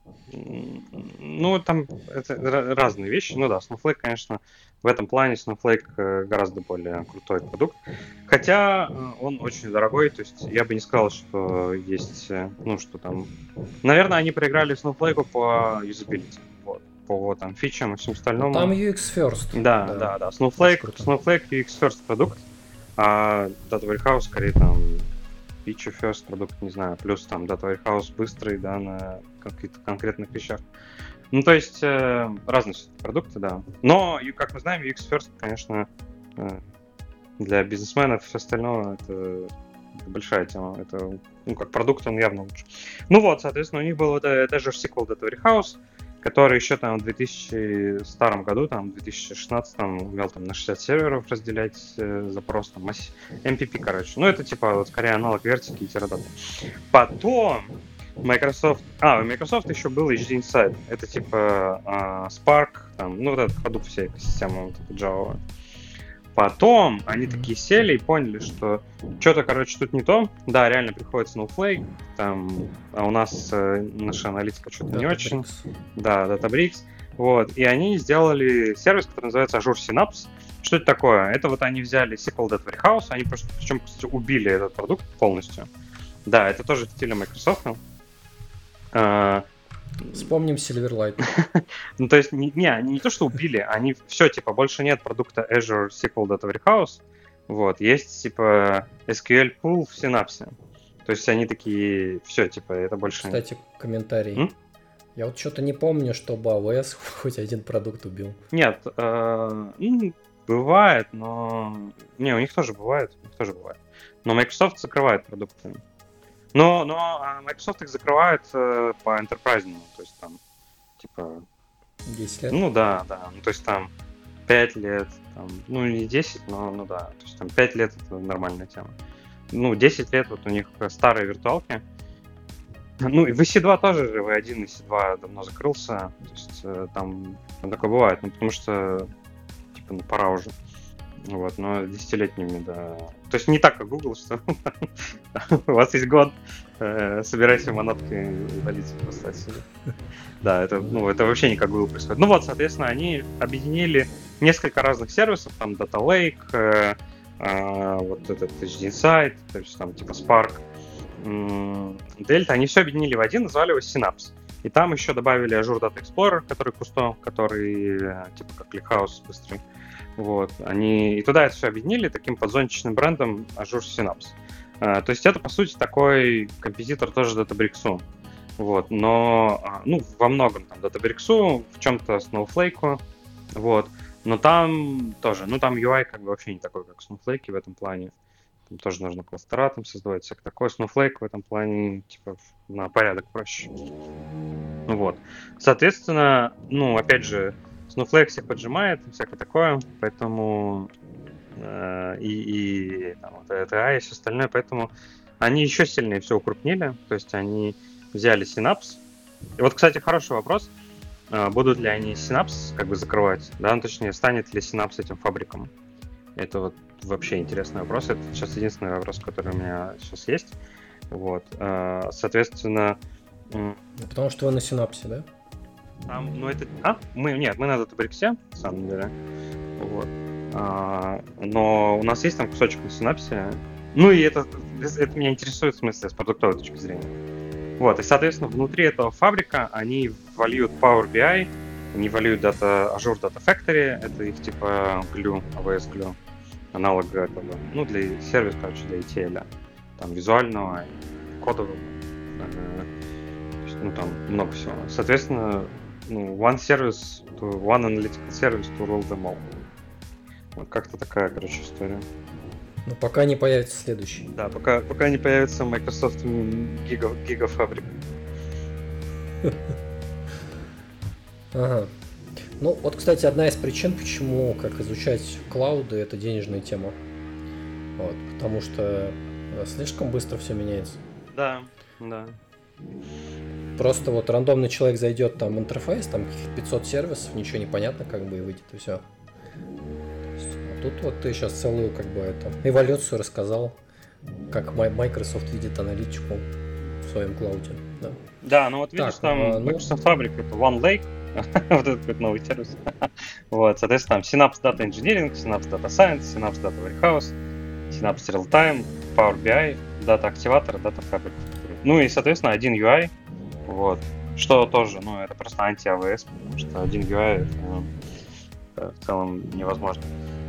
Ну, там это разные вещи. Ну да, Snowflake, конечно, в этом плане Snowflake гораздо более крутой продукт. Хотя он очень дорогой, то есть я бы не сказал, что есть, ну, что там... Наверное, они проиграли Snowflake по юзабилити, вот, по там фичам и всем остальному. Там ю экс First. Да, да, да. да. Snowflake, Snowflake ю экс First продукт, а Data Warehouse скорее там Feature First продукт, не знаю, плюс там Data Warehouse быстрый, да, на каких-то конкретных вещах. Ну, то есть э, разные продукты, да. Но, как мы знаем, ю экс First, конечно, э, для бизнесменов и все остальное это, это большая тема. Это, ну, как продукт, он явно лучше. Ну вот, соответственно, у них был Azure эс кью эль Data Warehouse, который еще там в две тысячи старом году, там, в две тысячи шестнадцатом умел там на шестьдесят серверов разделять э, запрос, там, эм пи пи, короче. Ну, это типа, вот, скорее, аналог Vertica и Teradata. Потом Microsoft... А, у Microsoft еще был эйч ди Insight. Это типа э, Spark, там, ну, вот этот Hadoop вся экосистема, вот эта Java. Потом они такие сели и поняли, что что-то, короче, тут не то. Да, реально приходит Snowflake, там, а у нас э, наша аналитика что-то не очень. Да, Databricks. Вот. И они сделали сервис, который называется Azure Synapse. Что это такое? Это вот они взяли эс кью эль Data Warehouse, они просто, причем, кстати, убили этот продукт полностью. Да, это тоже в стиле Microsoft. А, Вспомним Silverlight. Ну, то есть, не, не, они не то, что убили, они все, типа, больше нет продукта Azure эс кью эль Data Warehouse, вот, есть, типа, эс кью эль Pool в Synapse. То есть, они такие, все, типа, это больше... Кстати, комментарий. М? Я вот что-то не помню, чтобы эй дабл ю эс хоть один продукт убил. Нет, э, ну, бывает, но... Не, у них тоже бывает, у них тоже бывает. Но Microsoft закрывает продукты. Но, но Microsoft их закрывает э, по enterprise, то есть там, типа... десять лет? Ну да, да, ну то есть там пять лет, там, ну не десять, но ну да, то есть там пять лет это нормальная тема. Ну, десять лет вот у них старые виртуалки. Ну и ви си два тоже же, ви один и си два давно закрылся, то есть э, там, там такое бывает, ну потому что, типа, ну пора уже. Вот, но десятилетними, да. То есть не так, как Google, что у вас есть год, э, собирайте манатки и валите просто отсюда. Да, это, ну, это вообще не как Google происходит. Ну вот, соответственно, они объединили несколько разных сервисов, там Data Lake, э, э, вот этот эйч ди Insight, то есть там типа Spark, э, Delta, они все объединили в один, назвали его Synapse. И там еще добавили Azure Data Explorer, который кусто, который типа как ClickHouse быстрый. Вот, они и туда это все объединили таким подзонтичным брендом Azure Synapse. А, то есть это, по сути, такой композитор тоже Databricks. Вот, но, ну, во многом там Databricks, в чем-то Snowflake, вот, но там тоже, ну, там ю ай как бы вообще не такой, как Snowflake в этом плане. Там тоже нужно кластера там создавать, всякое такое. Snowflake в этом плане, типа, на порядок проще. Вот. Соответственно, ну, опять же, Snowflake всех поджимает, всякое такое, поэтому э, и, и там, вот, эй ти ай и все остальное, поэтому они еще сильнее все укрупнили, то есть они взяли Synapse. И вот, кстати, хороший вопрос, э, будут ли они Synapse как бы закрывать, да, ну, точнее, станет ли Synapse этим фабриком? Это вот вообще интересный вопрос, это сейчас единственный вопрос, который у меня сейчас есть, вот, э, соответственно... Потому что вы на Synapse, да? Там, ну это, а? Мы, нет, мы на Databricks, на самом деле. Вот. А, но у нас есть там кусочек на Synapse. Ну и это, это меня интересует в смысле с продуктовой точки зрения. Вот, и, соответственно, внутри этого фабрика они вольют Power би ай, они вольют Data, Azure Data Factory, это их типа Glue, эй ви эс Glue, аналог этого, ну, для сервиса, короче, для ай ти эл, там, визуального, кодового, ну, там много всего. Соответственно, ну, one service, to, one analytical service to rule them all. Вот как-то такая, короче, история. Ну, пока не появится следующий. Да, пока, пока не появится Microsoft Giga, Gigafabric. Ага. Ну, вот, кстати, одна из причин, почему как изучать клауды, это денежная тема. Вот, потому что слишком быстро все меняется. Да, да. Просто вот рандомный человек зайдет там в интерфейс, там каких-то пятьсот сервисов, ничего не понятно, как бы и выйдет, и все. А тут вот ты сейчас целую как бы это эволюцию рассказал, как Microsoft видит аналитику в своем клауде. Да, да, ну вот видишь, так, там а, Microsoft ну... Fabric это One Lake, вот этот вот новый сервис. Вот, соответственно, там Synapse Data Engineering, Synapse Data Science, Synapse Data Warehouse, Synapse Real-Time, Power би ай, Data Activator, Data Fabric. Ну и, соответственно, один ю ай, вот, что тоже, ну, это просто анти-эй ви эс, потому что один ю ай это в целом невозможно.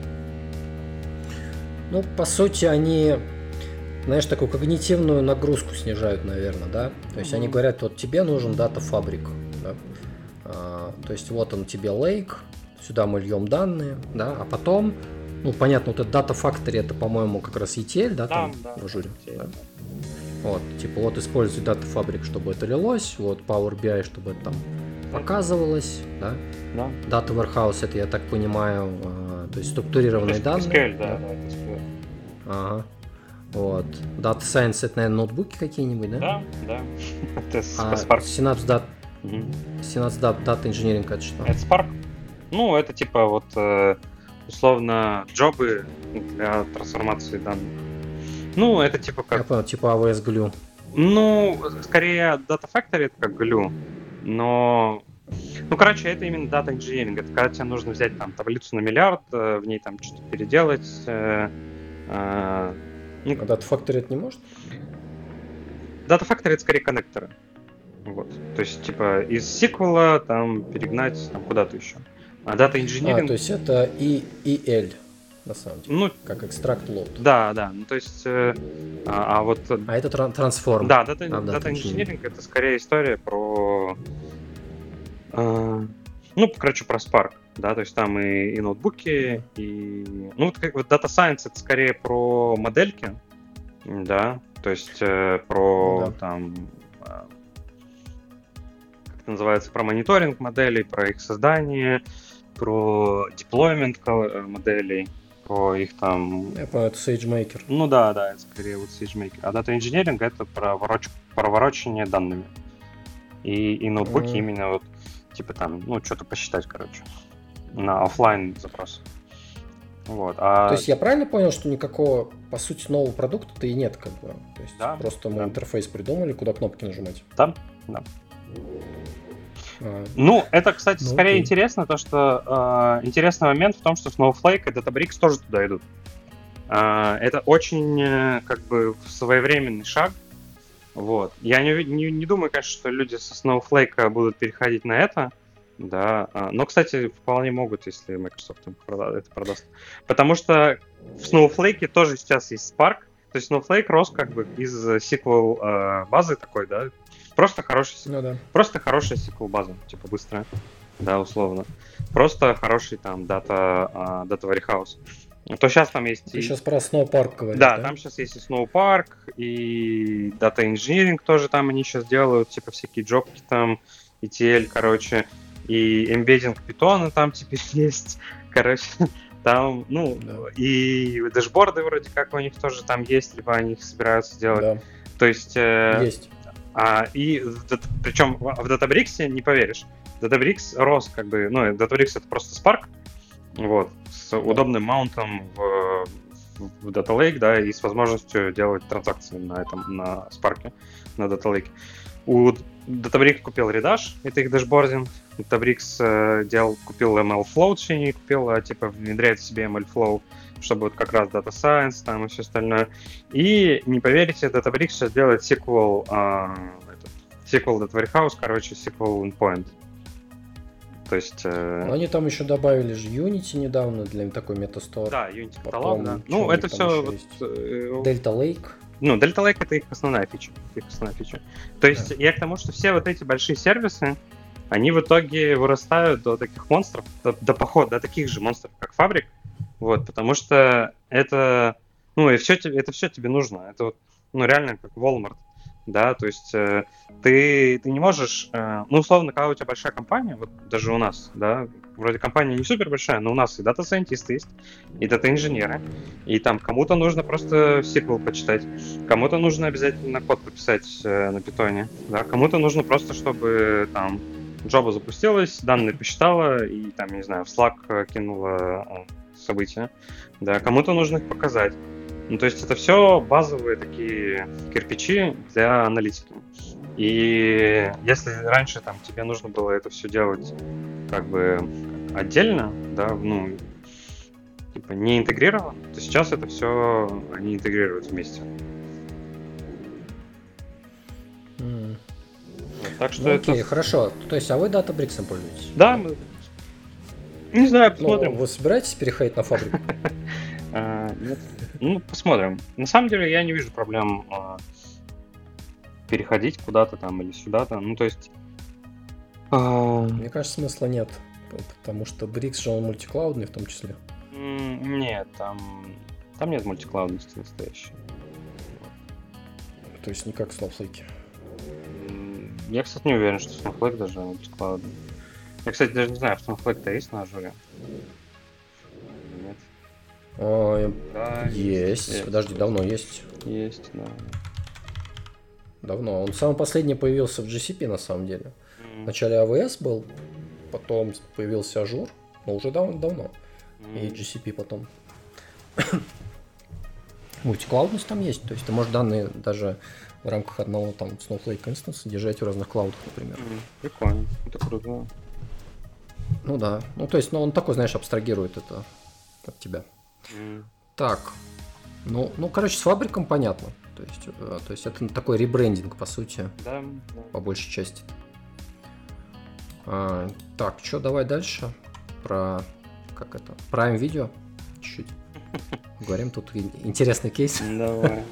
Ну, по сути, они, знаешь, такую когнитивную нагрузку снижают, наверное, да? То есть mm-hmm. они говорят, вот тебе нужен дата-фабрик, да? А, то есть вот он тебе лейк, сюда мы льем данные, да, а потом, ну, понятно, вот это Data Factory, это, по-моему, как раз и ти эл, да, там, да, в ажуре, да? Вот, типа, вот используй Data Fabric, чтобы это лилось, вот Power би ай, чтобы это там показывалось, да? Да. Data Warehouse, это, я так понимаю, э, то есть структурированные то данные. эс кью эль, да, да, да, эс кью эль. Ага. Вот. Data Science, это, наверное, ноутбуки какие-нибудь, да? Да, да. Это а Spark. Synapse Data, угу. Synapse Data Engineering, это что? Это Spark. Ну, это типа вот условно джобы для трансформации данных. Ну, это типа как... Я понял, типа эй ви эс Glue. Ну, скорее Data Factory это как Glue, но... Ну, короче, это именно Data Engineering. Это когда тебе нужно взять там таблицу на миллиард, в ней там что-то переделать. Э, э, ну... А Data Factory это не может? Data Factory это скорее коннекторы. Вот. То есть, типа, из сиквела там перегнать там, куда-то еще. А Data Engineering... А, то есть это и эл. На самом деле, ну, как экстракт лот. Да, да, ну то есть, э, а, а вот... А это тран- трансформ. Да, Data, а, data Engineering — это скорее история про, э, ну, короче, про Spark, да, то есть там и, и ноутбуки, и... Ну, вот как вот Data Science — это скорее про модельки, да, то есть э, про, ну, да. там, э, как это называется, про мониторинг моделей, про их создание, про деплоймент моделей, про их там... Я понял, это SageMaker. Ну да, да, это скорее вот SageMaker. А Data Engineering — это про вороч... проворочение данными. И, и ноутбуки mm. именно вот, типа там, ну, что-то посчитать, короче, на офлайн запрос. Вот. А... То есть я правильно понял, что никакого, по сути, нового продукта-то и нет, как бы? То есть да, просто мы да. интерфейс придумали, куда кнопки нажимать? Да, да. Ну, это, кстати, ну, скорее окей. интересно, то, что э, интересный момент в том, что Snowflake и Databricks тоже туда идут. Э, это очень, э, как бы, своевременный шаг. Вот. Я не, не, не думаю, конечно, что люди со Snowflake будут переходить на это, да. Но, кстати, вполне могут, если Microsoft им это продаст. Потому что в Snowflake тоже сейчас есть Spark. То есть Snowflake рос как бы из эс ку эль э, базы такой, да. Просто хороший, ну, да. просто хорошая эс ку эль-база, типа быстрая, да, условно. Просто хороший там дата, uh, дата warehouse. То сейчас там есть... Ты и... сейчас про Snowpark говоришь, да, да? там сейчас есть и Snowpark, и Data Engineering тоже там они сейчас делают, типа всякие джобки там, и ти эл, короче, и эмбеддинг питона там теперь есть, короче, там, ну, да. И дэшборды вроде как у них тоже там есть, либо они их собираются делать. Да. То есть... Э, есть. А, и причем в Databricks, не поверишь, Databricks рос как бы, ну, Databricks это просто Spark, вот, с да. удобным маунтом в, в Data Lake, да, и с возможностью делать транзакции на этом, на Spark, на Data Lake. У Databricks купил Redash, это их дэшбординг, Databricks э, делал, купил эм эл Flow, точнее, купил, а, типа, внедряет в себе эм эл Flow, чтобы вот как раз Data Science там и все остальное. И, не поверите, Databricks сейчас делает сиквел, э, этот, сиквел Data Warehouse, короче, сиквел Endpoint. То есть... Э... Они там еще добавили же Unity недавно для такой метастор. Да, Unity каталог, да. Ну, это все... Вот, Delta Lake. Ну, Delta Lake — это их основная фича. Их основная фича. То есть да. Я к тому, что все вот эти большие сервисы, они в итоге вырастают до таких монстров, до, до похода, до таких же монстров, как Fabric. Вот, потому что это, ну, и все, это все тебе нужно. Это вот, ну, реально как Walmart, да, то есть э, ты, ты не можешь, э, ну, условно, когда у тебя большая компания, вот даже у нас, да, вроде компания не супер большая, но у нас и дата-сайентисты есть, и дата-инженеры, и там кому-то нужно просто сиквел почитать, кому-то нужно обязательно код пописать э, на питоне, да, кому-то нужно просто, чтобы там Java запустилась, данные посчитала и там, не знаю, в Slack кинула события, да, кому-то нужно их показать. Ну, то есть это все базовые такие кирпичи для аналитики. И если раньше там тебе нужно было это все делать как бы отдельно, да, ну, типа не интегрировано, то сейчас это все они интегрируют вместе. Mm. Вот, так что ну, это... Окей, хорошо. То есть, а вы Databricks пользуетесь? Да, мы... Не знаю, посмотрим. Ну, вы собираетесь переходить на фабрику? Нет. Ну, посмотрим. На самом деле, я не вижу проблем переходить куда-то там или сюда-то. Ну, то есть... Мне кажется, смысла нет. Потому что Bricks же он мультиклаудный в том числе. Нет, там... Там нет мультиклаудности настоящей. То есть не как в Snowflake. Я, кстати, не уверен, что Snowflake даже мультиклаудный. Я, кстати, даже не знаю, в Snowflake-то есть на Azure? Нет. А, да, есть. есть. Подожди, давно есть. Есть, да. Давно. Он самый последний появился в джи си пи, на самом деле. Mm. Вначале эй ви эс был, потом появился Azure, но уже давно-давно. Mm. И джи си пи потом. Мультиклаудность там есть. То есть ты можешь данные даже в рамках одного там Snowflake инстанса держать в разных клаудах, например. Mm. Прикольно. Это круто. Ну да. Ну то есть, ну он такой, знаешь, абстрагирует это от тебя. Mm. Так. Ну, ну, короче, с фабриком понятно. То есть, э, то есть это такой ребрендинг, по сути, да, да. По большей части. А, так, что, давай дальше про, как это, Prime Video чуть-чуть. Говорим, тут интересный кейс. Давай.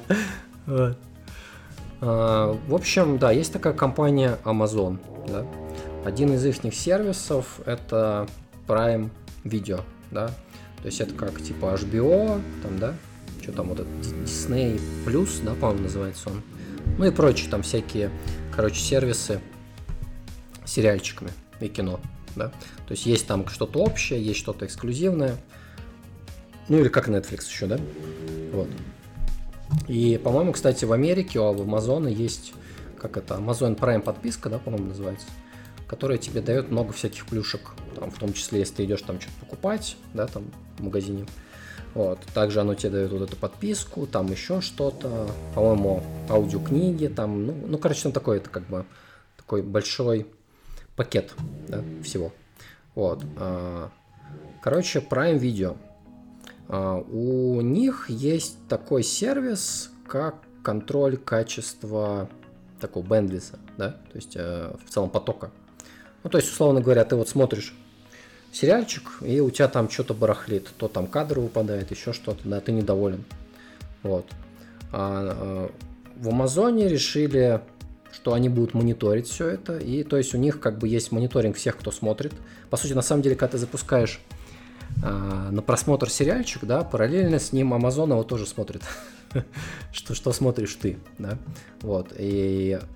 В общем, да, есть такая компания Amazon, да. Один из их сервисов это Prime Video, да. То есть это как типа эйч би о, там, да, что там вот это Disney Plus, да, по-моему, называется он. Ну и прочие там всякие, короче, сервисы с сериальчиками и кино, да. То есть есть там что-то общее, есть что-то эксклюзивное. Ну или как Netflix еще, да. Вот. И, по-моему, кстати, в Америке у Amazon есть, как это, Amazon Prime подписка, да, по-моему, называется, которая тебе дает много всяких плюшек, там, в том числе, если ты идешь там что-то покупать, да, там, в магазине. Вот. Также оно тебе дает вот эту подписку, там еще что-то, по-моему, аудиокниги, там, ну, ну, короче, ну, такой, это как бы такой большой пакет, да, всего. Вот. Короче, Prime Video. У них есть такой сервис, как контроль качества такого бендлиса, да, то есть э, в целом потока. Ну, то есть, условно говоря, ты вот смотришь сериальчик, и у тебя там что-то барахлит, то там кадр выпадает, еще что-то, да, ты недоволен. Вот. А, э, в Амазоне решили, что они будут мониторить все это, и то есть у них как бы есть мониторинг всех, кто смотрит. По сути, на самом деле, когда ты запускаешь на просмотр сериальчик, да, параллельно с ним Amazon его тоже смотрит, что, что смотришь ты, да, вот, и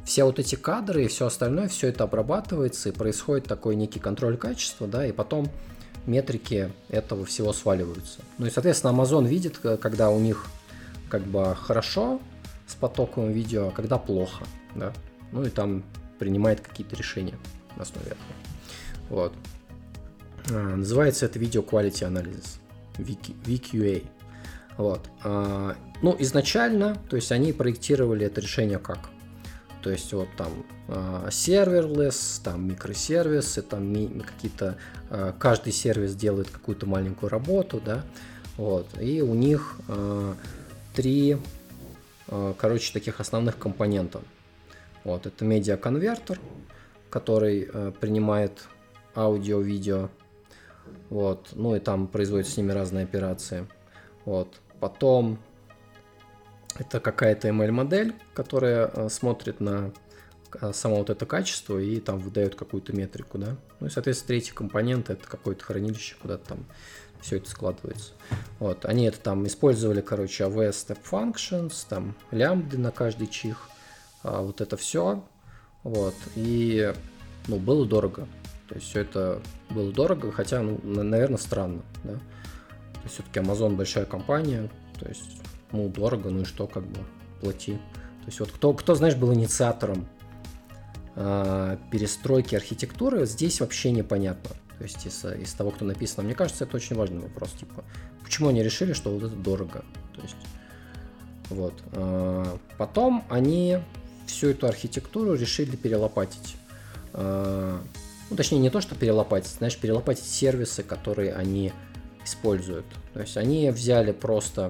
все вот эти кадры и все остальное, все это обрабатывается, и происходит такой некий контроль качества, да, и потом метрики этого всего сваливаются. Ну и, соответственно, Amazon видит, когда у них как бы хорошо с потоковым видео, а когда плохо, да, ну и там принимает какие-то решения на основе этого. Вот. А, называется это Video Quality Analysis, ви кью эй. Вот. А, ну, изначально, то есть они проектировали это решение как? То есть вот там э, serverless, там микросервисы, там ми- какие-то, э, каждый сервис делает какую-то маленькую работу, да, вот, и у них э, три, э, короче, таких основных компонента. Вот, это медиаконвертер, который э, принимает аудио, видео, вот, ну и там производят с ними разные операции, вот, потом это какая-то эм эл-модель, которая э, смотрит на э, само вот это качество и там выдает какую-то метрику, да. Ну и, соответственно, третий компонент — это какое-то хранилище, куда-то там все это складывается. Вот, они это там использовали, короче, эй ви эс Step Functions, там лямбды на каждый чих, а вот это все, вот, и, ну, было дорого. То есть все это было дорого, хотя, ну, наверное, странно, да. То есть все-таки Amazon большая компания, то есть ну, дорого, ну и что, как бы, плати. То есть вот кто, кто знаешь, был инициатором э, перестройки архитектуры, здесь вообще непонятно. То есть из, из того, кто написано. Мне кажется, это очень важный вопрос. Типа, почему они решили, что вот это дорого? То есть, вот. Э, потом они всю эту архитектуру решили перелопатить. Э, ну, точнее, не то, что перелопатить, знаешь, перелопатить сервисы, которые они используют. То есть они взяли просто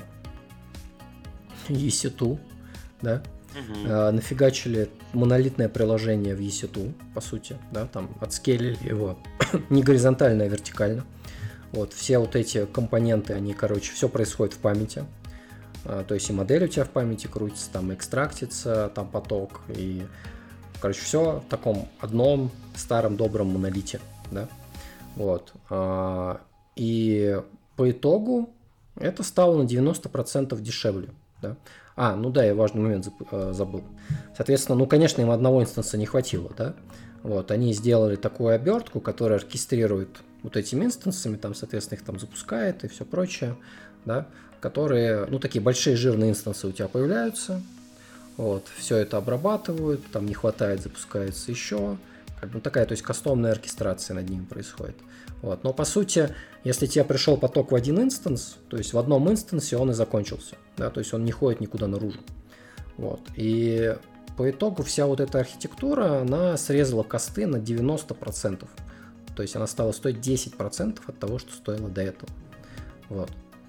и си два, да, uh-huh. а, нафигачили монолитное приложение в и си два, по сути, да, там отскейлили его не горизонтально, а вертикально. Вот, все вот эти компоненты, они, короче, все происходит в памяти. А, то есть и модель у тебя в памяти крутится, там экстрактится, там поток, и, короче, все в таком одном старом добром монолите, да. Вот. А, и по итогу это стало на девяносто процентов дешевле. Да? А, ну да, я важный момент забыл. Соответственно, ну, конечно, им одного инстанса не хватило, да? Вот, они сделали такую обертку, которая оркестрирует вот этими инстансами, там, соответственно, их там запускает и все прочее, да? Которые, ну, такие большие жирные инстансы у тебя появляются, вот, все это обрабатывают, там не хватает, запускается еще, как бы такая, то есть кастомная оркестрация над ними происходит. Вот. Но по сути, если тебе пришел поток в один инстанс, то есть в одном инстансе он и закончился, да, то есть он не ходит никуда наружу. Вот. И по итогу вся вот эта архитектура, она срезала косты на девяносто процентов. То есть она стала стоить десять процентов от того, что стоило до этого. Вот.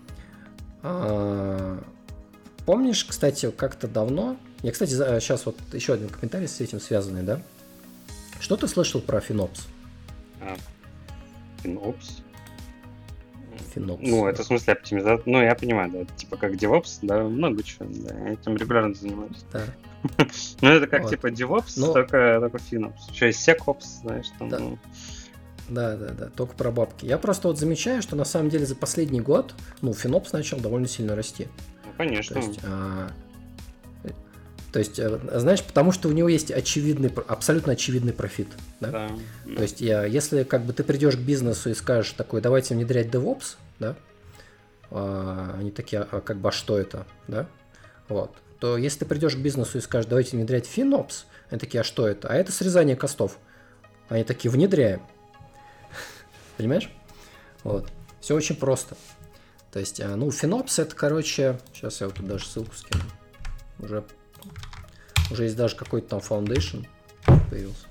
А, помнишь, кстати, как-то давно, я, кстати, сейчас вот еще один комментарий с этим связанный, да? Что ты слышал про FinOps? А, FinOps? FinOps. Ну, это в смысле оптимизация. Ну, я понимаю, да. Типа как DevOps, да, много чего. Да, я этим регулярно занимаюсь. Да. Ну, это как вот. Типа DevOps, Но... только, только FinOps. Еще есть SecOps, знаешь, там. Да. Ну... да, да, да, только про бабки. Я просто вот замечаю, что на самом деле за последний год, ну, FinOps начал довольно сильно расти. Ну, конечно. То есть, а... То есть, знаешь, потому что у него есть очевидный, абсолютно очевидный профит. Да? Да. То есть, если как бы ты придешь к бизнесу и скажешь такой, давайте внедрять DevOps, да, а, они такие, а как бы, а что это, да, вот, то если ты придешь к бизнесу и скажешь, давайте внедрять FinOps, они такие, а что это? А это срезание костов. Они такие, внедряем. Понимаешь? Вот. Все очень просто. То есть, ну, FinOps это, короче, сейчас я вот тут даже ссылку скину. Уже Уже есть даже какой-то там foundation появился.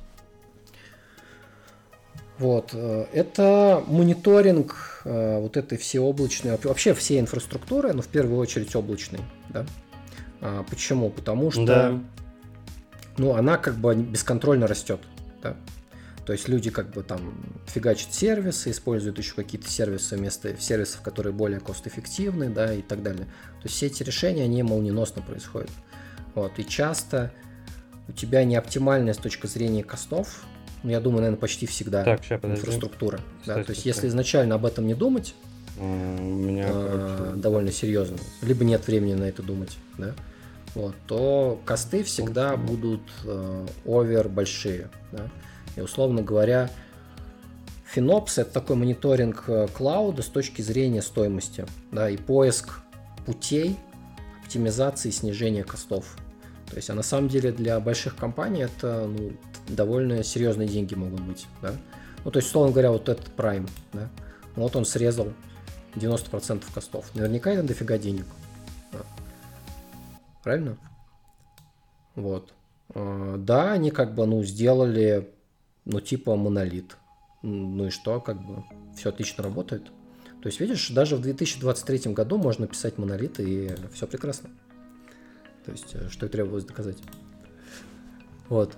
Вот. Это мониторинг вот этой всей облачной, вообще всей инфраструктуры, но в первую очередь облачной. Да? Почему? Потому что да. ну, она как бы бесконтрольно растет. Да? То есть люди как бы там фигачат сервисы, используют еще какие-то сервисы вместо сервисов, которые более кост-эффективны, да, и так далее. То есть все эти решения, они молниеносно происходят. Вот, и часто у тебя не оптимальная с точки зрения костов, ну, я думаю, наверное, почти всегда так, инфраструктура. Да, то есть, если изначально об этом не думать, у меня, э, довольно серьезно, либо нет времени на это думать, да, вот, то косты всегда будут э, овер большие. Да? И, условно говоря, FinOps — это такой мониторинг клауда с точки зрения стоимости, да, и поиск путей оптимизации и снижения костов. То есть, а на самом деле для больших компаний это ну, довольно серьезные деньги могут быть. Да? Ну, то есть, условно говоря, вот этот Prime, да? Вот он срезал девяносто процентов костов. Наверняка это дофига денег. Да. Правильно? Вот. Да, они как бы, ну, сделали, ну, типа монолит. Ну и что, как бы, все отлично работает. То есть, видишь, даже в две тысячи двадцать третьем году можно писать монолит, и все прекрасно. То есть, что и требовалось доказать. Вот.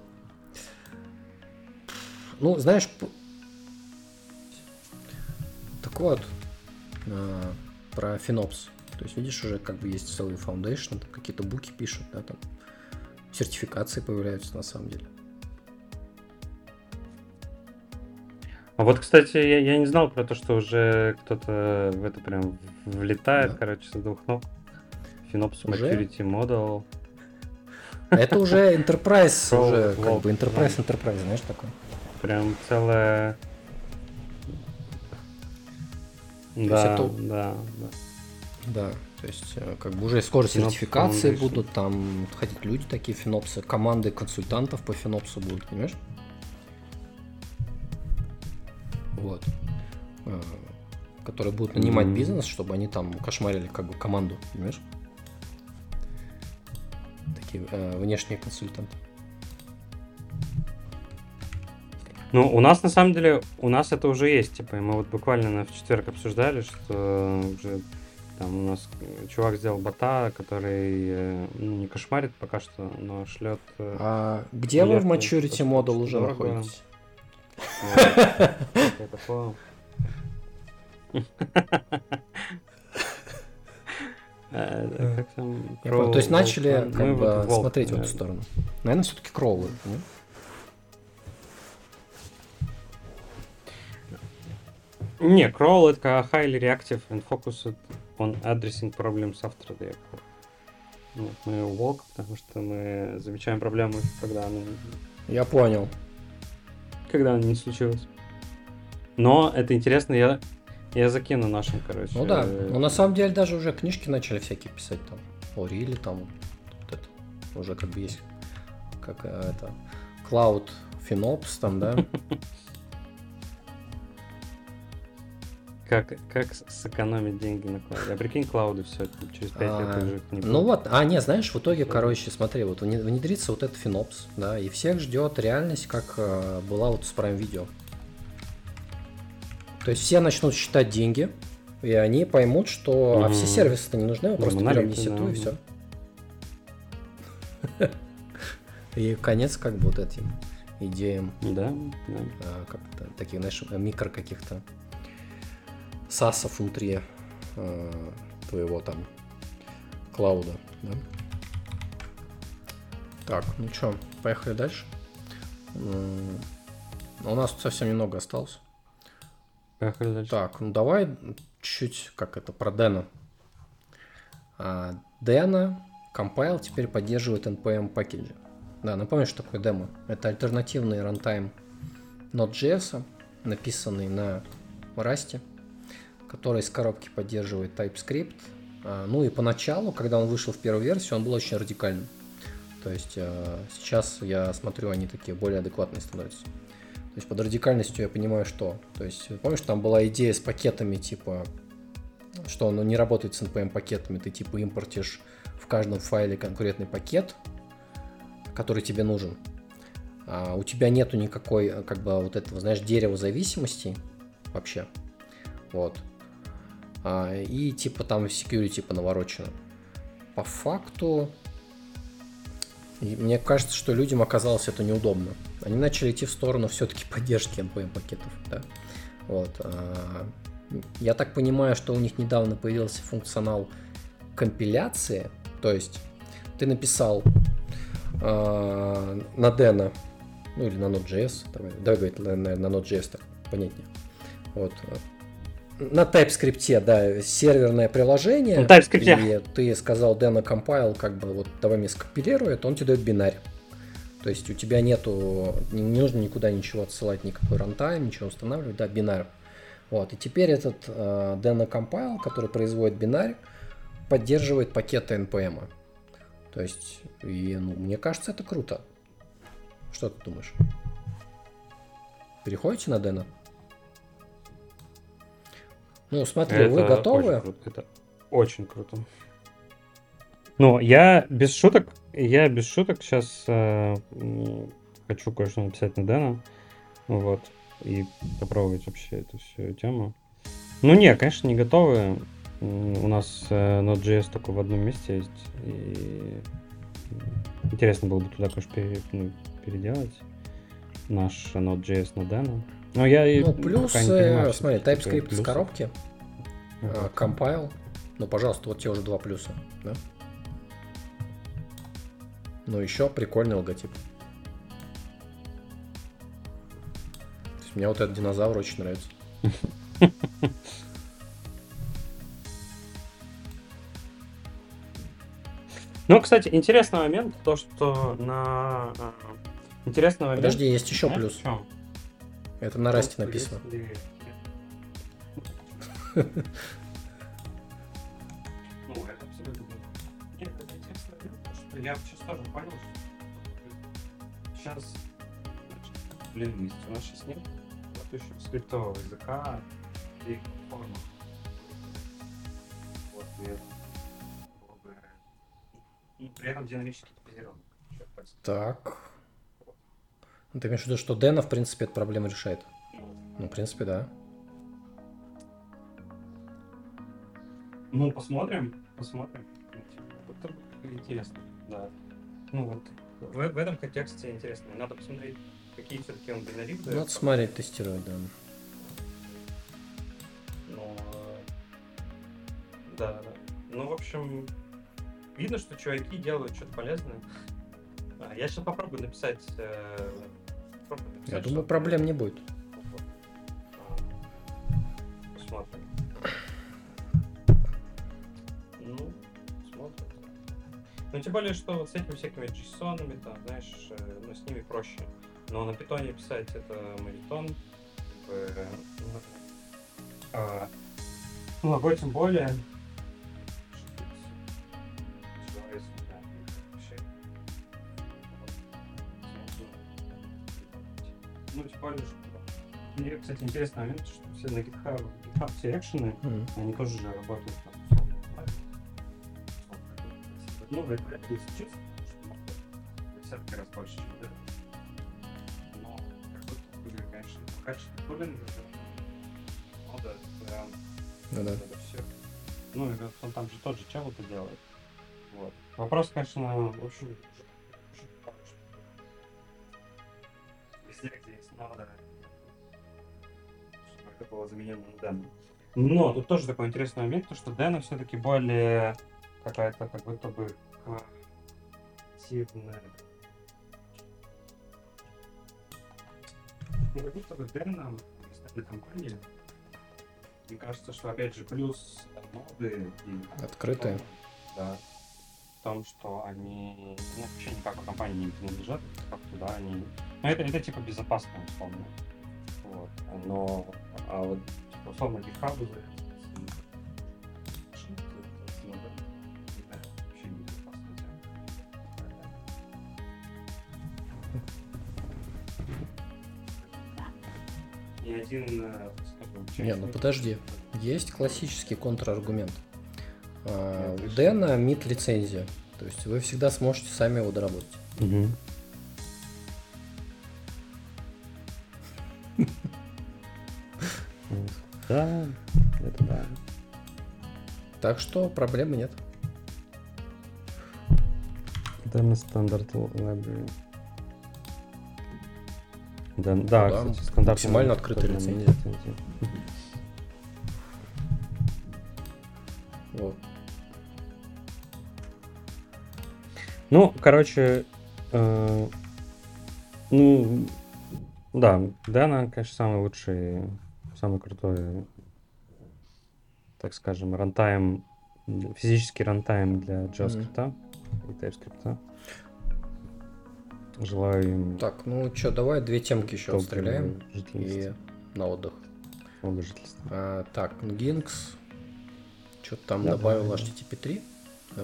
Ну, знаешь, так вот, про FinOps. То есть, видишь, уже как бы есть целый foundation, там какие-то буки пишут, да, там сертификации появляются на самом деле. А вот, кстати, я, я не знал про то, что уже кто-то в это прям влетает, да. Короче, с двух ног. FinOps Maturity Model. Это уже Enterprise, уже как бы Enterprise, Enterprise, знаешь, такой. Прям целая... Да, это... да, да. Да, то есть как бы уже скоро сертификации будут, там ходить люди такие, FinOps, команды консультантов по FinOps будут, понимаешь? Вот. Которые будут нанимать mm-hmm. бизнес, чтобы они там кошмарили как бы команду, понимаешь? Такие э, внешние консультанты. Ну, у нас на самом деле, у нас это уже есть, типа, мы вот буквально в четверг обсуждали, что уже там у нас чувак сделал бота, который ну, не кошмарит пока что, но шлет. А где вы в Maturity Model уже находитесь? То есть начали как бы смотреть в эту сторону. Наверное, все-таки кроулы. Не, crawl это highly reactive and focused on addressing problems after they occur. Вот, мы walk, потому что мы замечаем проблемы, когда она... Я понял. Когда она не случилась. Но это интересно, я, я закину нашим, короче. Ну да, но на самом деле даже уже книжки начали всякие писать там. О, Рили там, вот это. Уже как бы есть, как это, Cloud FinOps там, да? Как, как сэкономить деньги на клауде? А прикинь, клауды все, через пять а, лет уже не будет. Ну вот, а не, знаешь, в итоге, да. Короче, смотри, вот внедрится вот этот FinOps, да, и всех ждет реальность, как э, была вот с Prime Video. То есть все начнут считать деньги, и они поймут, что mm-hmm. а все сервисы-то не нужны, мы ну, просто берем несету да. и все. И конец как бы вот этим идеям. Да, да. Как-то таких, знаешь, микро каких-то сасов внутри э, твоего там клауда, да? Так, ну что, поехали дальше. М- у нас тут совсем немного осталось. Поехали дальше. Так, ну давай чуть-чуть, как это, про Deno. А, Deno Compile теперь поддерживает эн пи эм пакеджи. Да, напомню, что такое демо. Это альтернативный рантайм Node.js, написанный на Rust, который из коробки поддерживает TypeScript. Ну и поначалу, когда он вышел в первую версию, он был очень радикальным. То есть сейчас я смотрю, они такие более адекватные становятся. То есть под радикальностью я понимаю, что. То есть помнишь, там была идея с пакетами, типа, что он не работает с эн пи эм пакетами, ты типа импортишь в каждом файле конкретный пакет, который тебе нужен. А у тебя нету никакой, как бы, вот этого, знаешь, дерева зависимостей вообще. Вот. А, и типа там security понаворочено. По факту, мне кажется, что людям оказалось это неудобно. Они начали идти в сторону все-таки поддержки эн пи эм пакетов. Да? Вот. А, я так понимаю, что у них недавно появился функционал компиляции. То есть ты написал а, на Deno, ну или на Node.js, давай, давай говорить, наверное, на Node.js так понятнее. Вот. На TypeScript, да, серверное приложение. На TypeScript. И ты сказал Deno compile, как бы вот давай мне скомпилирует, он тебе дает бинарь. То есть у тебя нету, не, не нужно никуда ничего отсылать, никакой рантайм, ничего устанавливать, да, бинарь. Вот, и теперь этот э, Deno compile, который производит бинарь, поддерживает пакеты эн пи эм. То есть, и, ну, мне кажется, это круто. Что ты думаешь? Переходите на Deno? Ну, смотри, это вы готовы? Очень круто. Это очень круто. Ну, я без шуток, я без шуток сейчас э, хочу кое-что написать на Deno, вот, и попробовать вообще эту всю тему. Ну, не, конечно, не готовы. У нас э, Node.js только в одном месте есть, и интересно было бы туда, конечно, пере, ну, переделать наш Node.js на Deno. Но я ну, плюс, пока не понимаю, смотри, TypeScript с коробки, uh-huh. compile, ну, пожалуйста, вот тебе уже два плюса, да? Ну, еще прикольный логотип. То есть мне вот этот динозавр очень нравится. Ну, кстати, интересный момент, то, что на... Интересный момент... Подожди, есть еще плюс. Это на Расте написано. Ну, это абсолютно... Нет, это интересный момент, потому что я сейчас тоже понял, что сейчас... Блин, у нас сейчас нет работающего скриптового языка и формы. Вот, и при этом динамически типизирован. Так. Ты имеешь в виду, что Deno, в принципе, эту проблему решает? Ну, в принципе, да. Ну, посмотрим, посмотрим. Это интересно, да. Ну вот, в, в этом контексте интересно. Надо посмотреть, какие все-таки он бинари. Надо смотреть, тестировать, да. Но, да, да. Ну, в общем, видно, что чуваки делают что-то полезное. А, я сейчас попробую написать... Э, попробую написать я думаю, проблем не будет. Посмотрим. Ну, смотрим. Ну, тем более, что вот с этими всякими JSON-ами, там, знаешь, э, ну, с ними проще. Но на питоне писать это мовитон. Э, э, ну, а тем более... Ну, тем более, что... Мне, кстати, интересный момент, что все на GitHub, GitHub все экшены, mm-hmm. они тоже же работают там. Ну, это не сейчас, что десятки раз больше, чем это. Но, как будто бы, конечно, качество тулинга, ну да, прям, ну, да. Это все. Ну, и он там же тот же чел это делает. Вот. Вопрос, конечно, в общем, везде, где есть надо, чтобы это было заменено на Deno. Но тут тоже такой интересный момент, то что Deno все-таки более какая-то как будто бы активная. Ну, как будто бы Deno на компании. Мне кажется, что опять же плюс моды и открытые. Да. В том, что они ну, вообще никак в компании не принадлежат, как туда они. Ну, это, это типа безопасно, условно. Вот. Но а вот типа, условно GitHub за и один, скажем, не, ну подожди. Есть классический контраргумент. Uh, у Deno мид лицензия. То есть вы всегда сможете сами его доработать. Угу. Да, это да. Так что проблемы нет. Deno стандарт library. Да, да, да, кстати, стандартная максимально открытая лицензия. Вот. Ну, короче, э, ну, да, Deno, конечно, самый лучший, самый крутой так скажем, рантайм, физический рантайм для JavaScript mm. и TypeScript. Желаю им... Так, ну что, давай две темки еще отстреляем и на отдых. Много жительства. А, так, Nginx. Что-то там да, добавил эйч ти ти пи три. Да?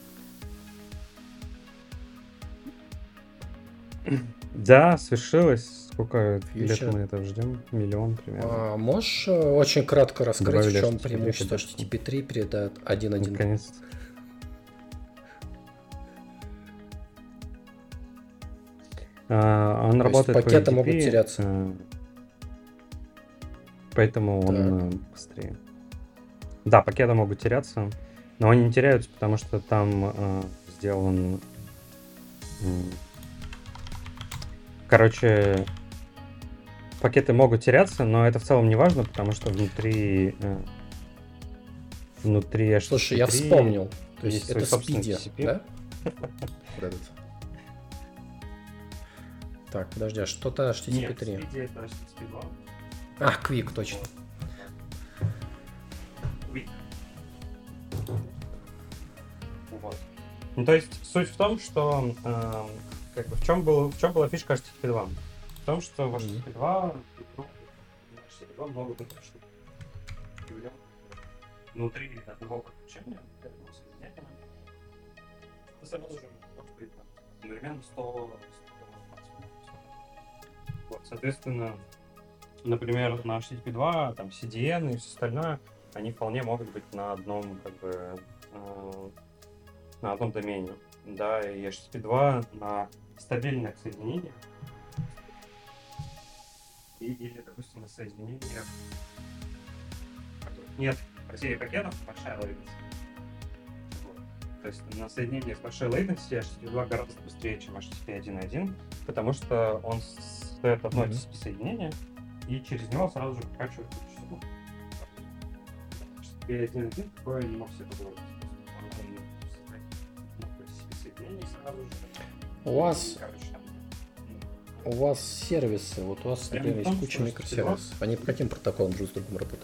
Да, свершилось. Сколько Future. лет мы этого ждем? Миллион примерно. А, можешь очень кратко раскрыть, добавили в чем преимущество эйч ти ти пи три перед один точка один? Наконец-то. А, он То работает есть пакеты по ю ди пи, могут теряться. А, поэтому так. Он быстрее. Да, пакеты могут теряться, но они не теряются, потому что там а, сделан... Короче, пакеты могут теряться, но это в целом не важно, потому что внутри э, внутри эйч ти ти пи Слушай, я вспомнил. То есть, есть это собственный спиди, ти си пи. да? Вот этот. Так, подожди, а что-то эйч ти ти пи три? Нет, спиди это эйч ти ти пи два. А, Quick, точно. Quick. Вот. Ну, то есть, суть в том, что э, как бы, в чем был, в чем была фишка эйч ти ти пи два? В том, что в эйч ти ти пи два эйч ти ти пи два много штук. Внутри одного подключения, одного соединения, сразу же может быть одновременно сто. Вот, соответственно, например, на эйч ти ти пи два, там, си ди эн и все остальное, они вполне могут быть на одном, как бы, э, на одном домене. Да, и эйч ти ти пи два на стабильных соединениях и, или, допустим, на соединениях, в которых нет потери пакетов, большая latency. Вот. То есть на соединении с большой latency эйч ти ти пи два гораздо быстрее, чем эйч ти ти пи один точка один, потому что он стоит одно mm-hmm. ти си пи соединение, и через него сразу же прокачивает частоту. эйч ти ти пи один точка один такое не мог себе позволить. У вас, у вас сервисы, вот у вас, например, есть куча микросервисов. Они по каким протоколам друг с другом работают?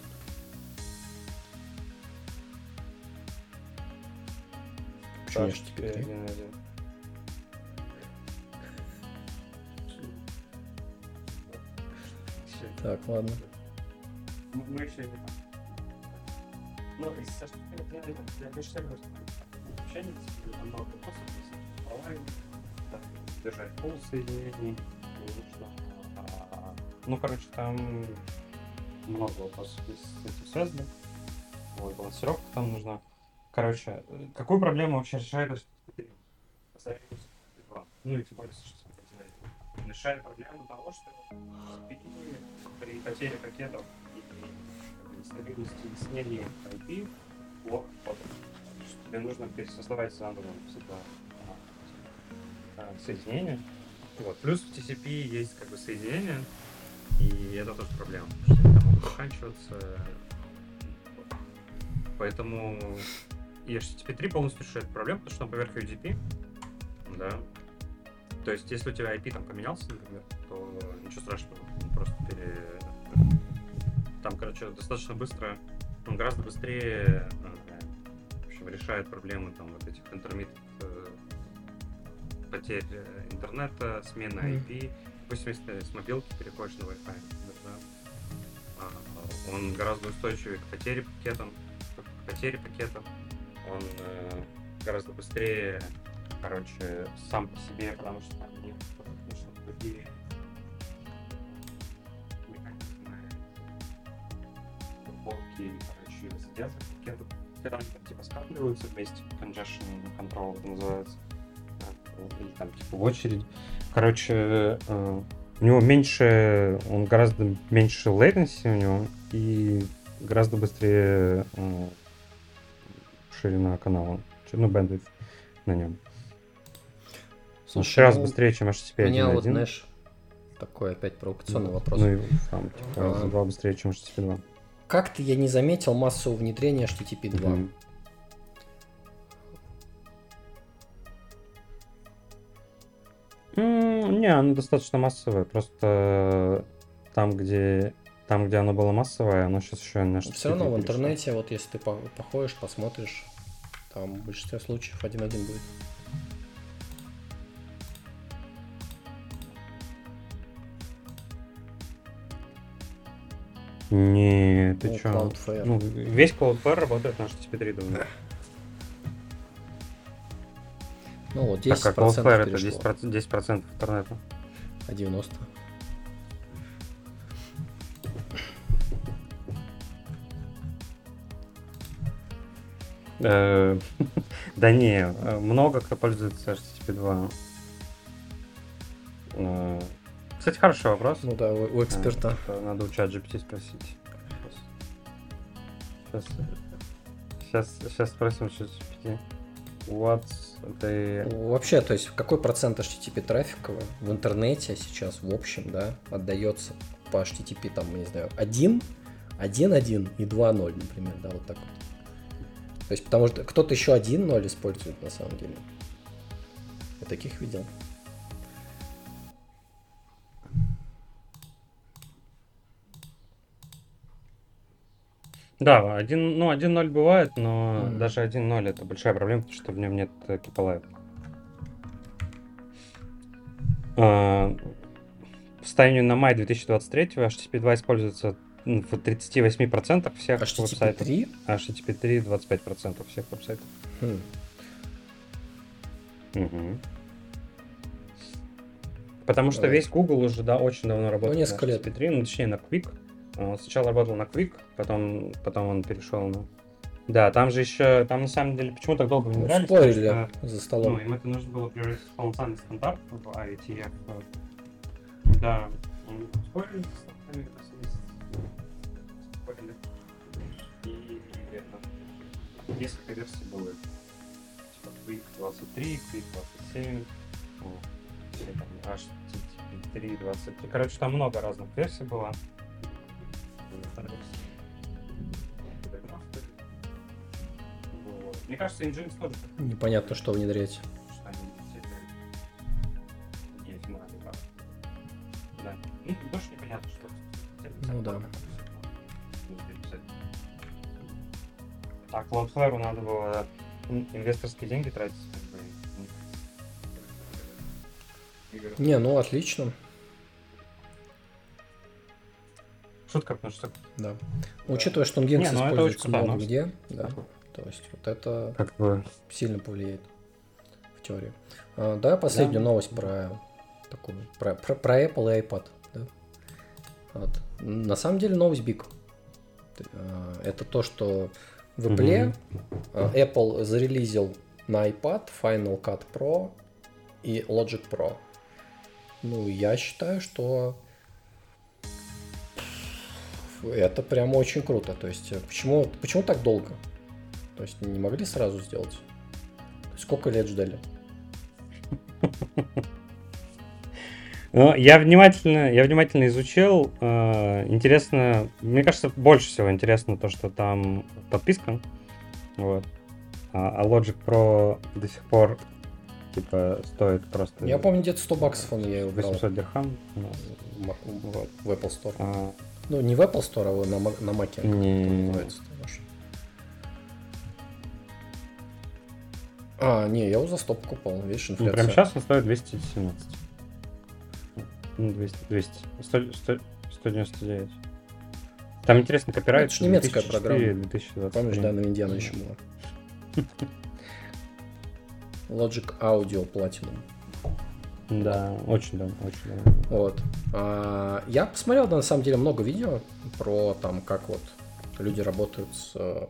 Почему эйч ти ти пи три? Так, ладно. Мы еще не так. Ну, из эйч ти ти пи для межсервисного общения много вопросов, держать пол соединений, нужно, а, ну, короче, там много вопросов с этим связано. Вот, балансировка там нужна. Короче, какую проблему вообще решает эйч ти ти пи три? Ну, и тем более эйч ти ти пи решает проблему того, что при потере пакетов и нестабильности изменений ай пи блок работает. Тебе нужно пересоздавать заново всегда соединение. Вот. Плюс в ти си пи есть как бы соединение, и это тоже проблема, потому что они там могут заканчиваться. Поэтому и эйч ти ти пи три полностью решает проблему, потому что он поверх ю ди пи. Да. То есть, если у тебя ай пи там поменялся, например, то ничего страшного, он просто пере... Там, короче, достаточно быстро, он гораздо быстрее в общем, решает проблемы там вот этих интермитtent потерь интернета, смена ай пи. Допустим, если с мобилки переходишь на Wi-Fi, да, он гораздо устойчивее к потере пакетов, к потере пакетов. Он э, гораздо быстрее, короче, сам по себе, потому что там нет, конечно, другие механизмы глубокие, короче, задержки пакетов. Когда они типа скапливаются вместе, congestion control это называется. Или там типа в очередь. Короче, э, у него меньше, он гораздо меньше latency у него и гораздо быстрее э, ширина канала, ну, bandwidth на нем. Слушай, раз ну, быстрее, чем эйч ти ти пи у меня один точка один. вот, знаешь, такой опять провокационный ну, вопрос. Ну и там, типа, а, раза два быстрее, чем эйч ти ти пи два. Как-то я не заметил массового внедрения эйч ти ти пи два. Mm-hmm. Mm, не, оно достаточно массовое. Просто там, где там, где оно было массовое, оно сейчас еще на эйч ти ти пи Все равно в перешло. интернете, вот если ты по- походишь, посмотришь, там в большинстве случаев один-один будет. Не, ты Ну, чё? Cloudflare. Ну, весь Cloudflare работает на эйч ти ти пи три, думаю. Ну вот Так десять как процентов Cloudflare это перешло. десять процентов, десять процентов интернета. А девяносто? Э, Да не, э, много кто пользуется эйч ти ти пи два. Э, Кстати, хороший вопрос. Ну да, у, у эксперта. Э, Надо у ChatGPT спросить. Сейчас, сейчас, сейчас спросим ChatGPT. What's the... Ну, вообще, то есть какой процент эйч ти ти пи трафика в интернете сейчас в общем, да, отдается по эйч ти ти пи, там, не знаю, один, один, один и два ноль, например, да, вот так вот. То есть потому что кто-то еще один ноль использует на самом деле. Я таких видел. Да, один, ну, один ноль бывает, но Мгм. даже один ноль это большая проблема, потому что в нем нет э, кипалайв. Э, В состоянии на май две тысячи двадцать третьего эйч ти ти пи два используется м, в тридцати восьми процентах всех эйч ти ти пи веб-сайтов, три? а эйч ти ти пи три двадцать пять процентов всех веб-сайтов. Хм. Мгм. Потому что Давай. весь Google уже да, очень давно работает несколько на лет. эйч ти ти пи три, ну, точнее на Quick. Он сначала работал на Quick, потом, потом он перешел на... Да, там же еще, там на самом деле, почему так долго Ну, внедрялись? спорили Потому что, за ну, столом. им это нужно было превратить в полноценный стандарт в ай ти эф. Да, они спорили с стандартами, спорили. И это, несколько версий было. Типа Quick двадцать три, Quick двадцать семь, о, все там эйч ти ти пи три двадцать три. Короче, там много разных версий было. Вот. Мне кажется, Nginx тоже так, Непонятно, что внедрять. что они все это не финальный баг. Да. Ну, тоже непонятно, что. Ну да. А Cloudflare надо было ин- инвесторские деньги тратить. Как бы. Не, ну отлично. Шутка, потому что Да. Учитывая, что Nginx Не, ну это очень используется крутая много новость. где, да. То есть вот это как бы сильно повлияет в теории. А, да, последнюю Да. новость про такую про, про, про Apple и iPad. Да. Вот. На самом деле новость big. А, Это то, что в Apple Мгм. а, Apple зарелизил на iPad Final Cut Pro и Logic Pro. Ну, я считаю, что это прям очень круто. То есть, э, почему, почему так долго? То есть, не могли сразу сделать? То есть, сколько лет ждали? Ну, я внимательно, я внимательно изучил. э, Интересно, мне кажется, больше всего интересно то, что там подписка. Вот. А, а Logic Pro до сих пор типа стоит просто Я помню, где-то сто баксов он я его брал восемьсот дирхам. Ну, в Ма- Вот. в Apple Store. А, Ну, не в Apple Store, а на, Мак- на Mac. как Не. это называется. А, не, я его за сто покупал, видишь, ну, инфляция. прямо сейчас он стоит двести семнадцать. Ну, двести, двести. сто, сто, сто девяносто девять. Там интересно копирайт. Это ж немецкая программа. две тысячи двадцать три. Помнишь, да, на Винде она еще была. Logic Audio Platinum. Да, очень давно, очень давно. Вот. А, я посмотрел, да, на самом деле, много видео про там, как вот люди работают с... э,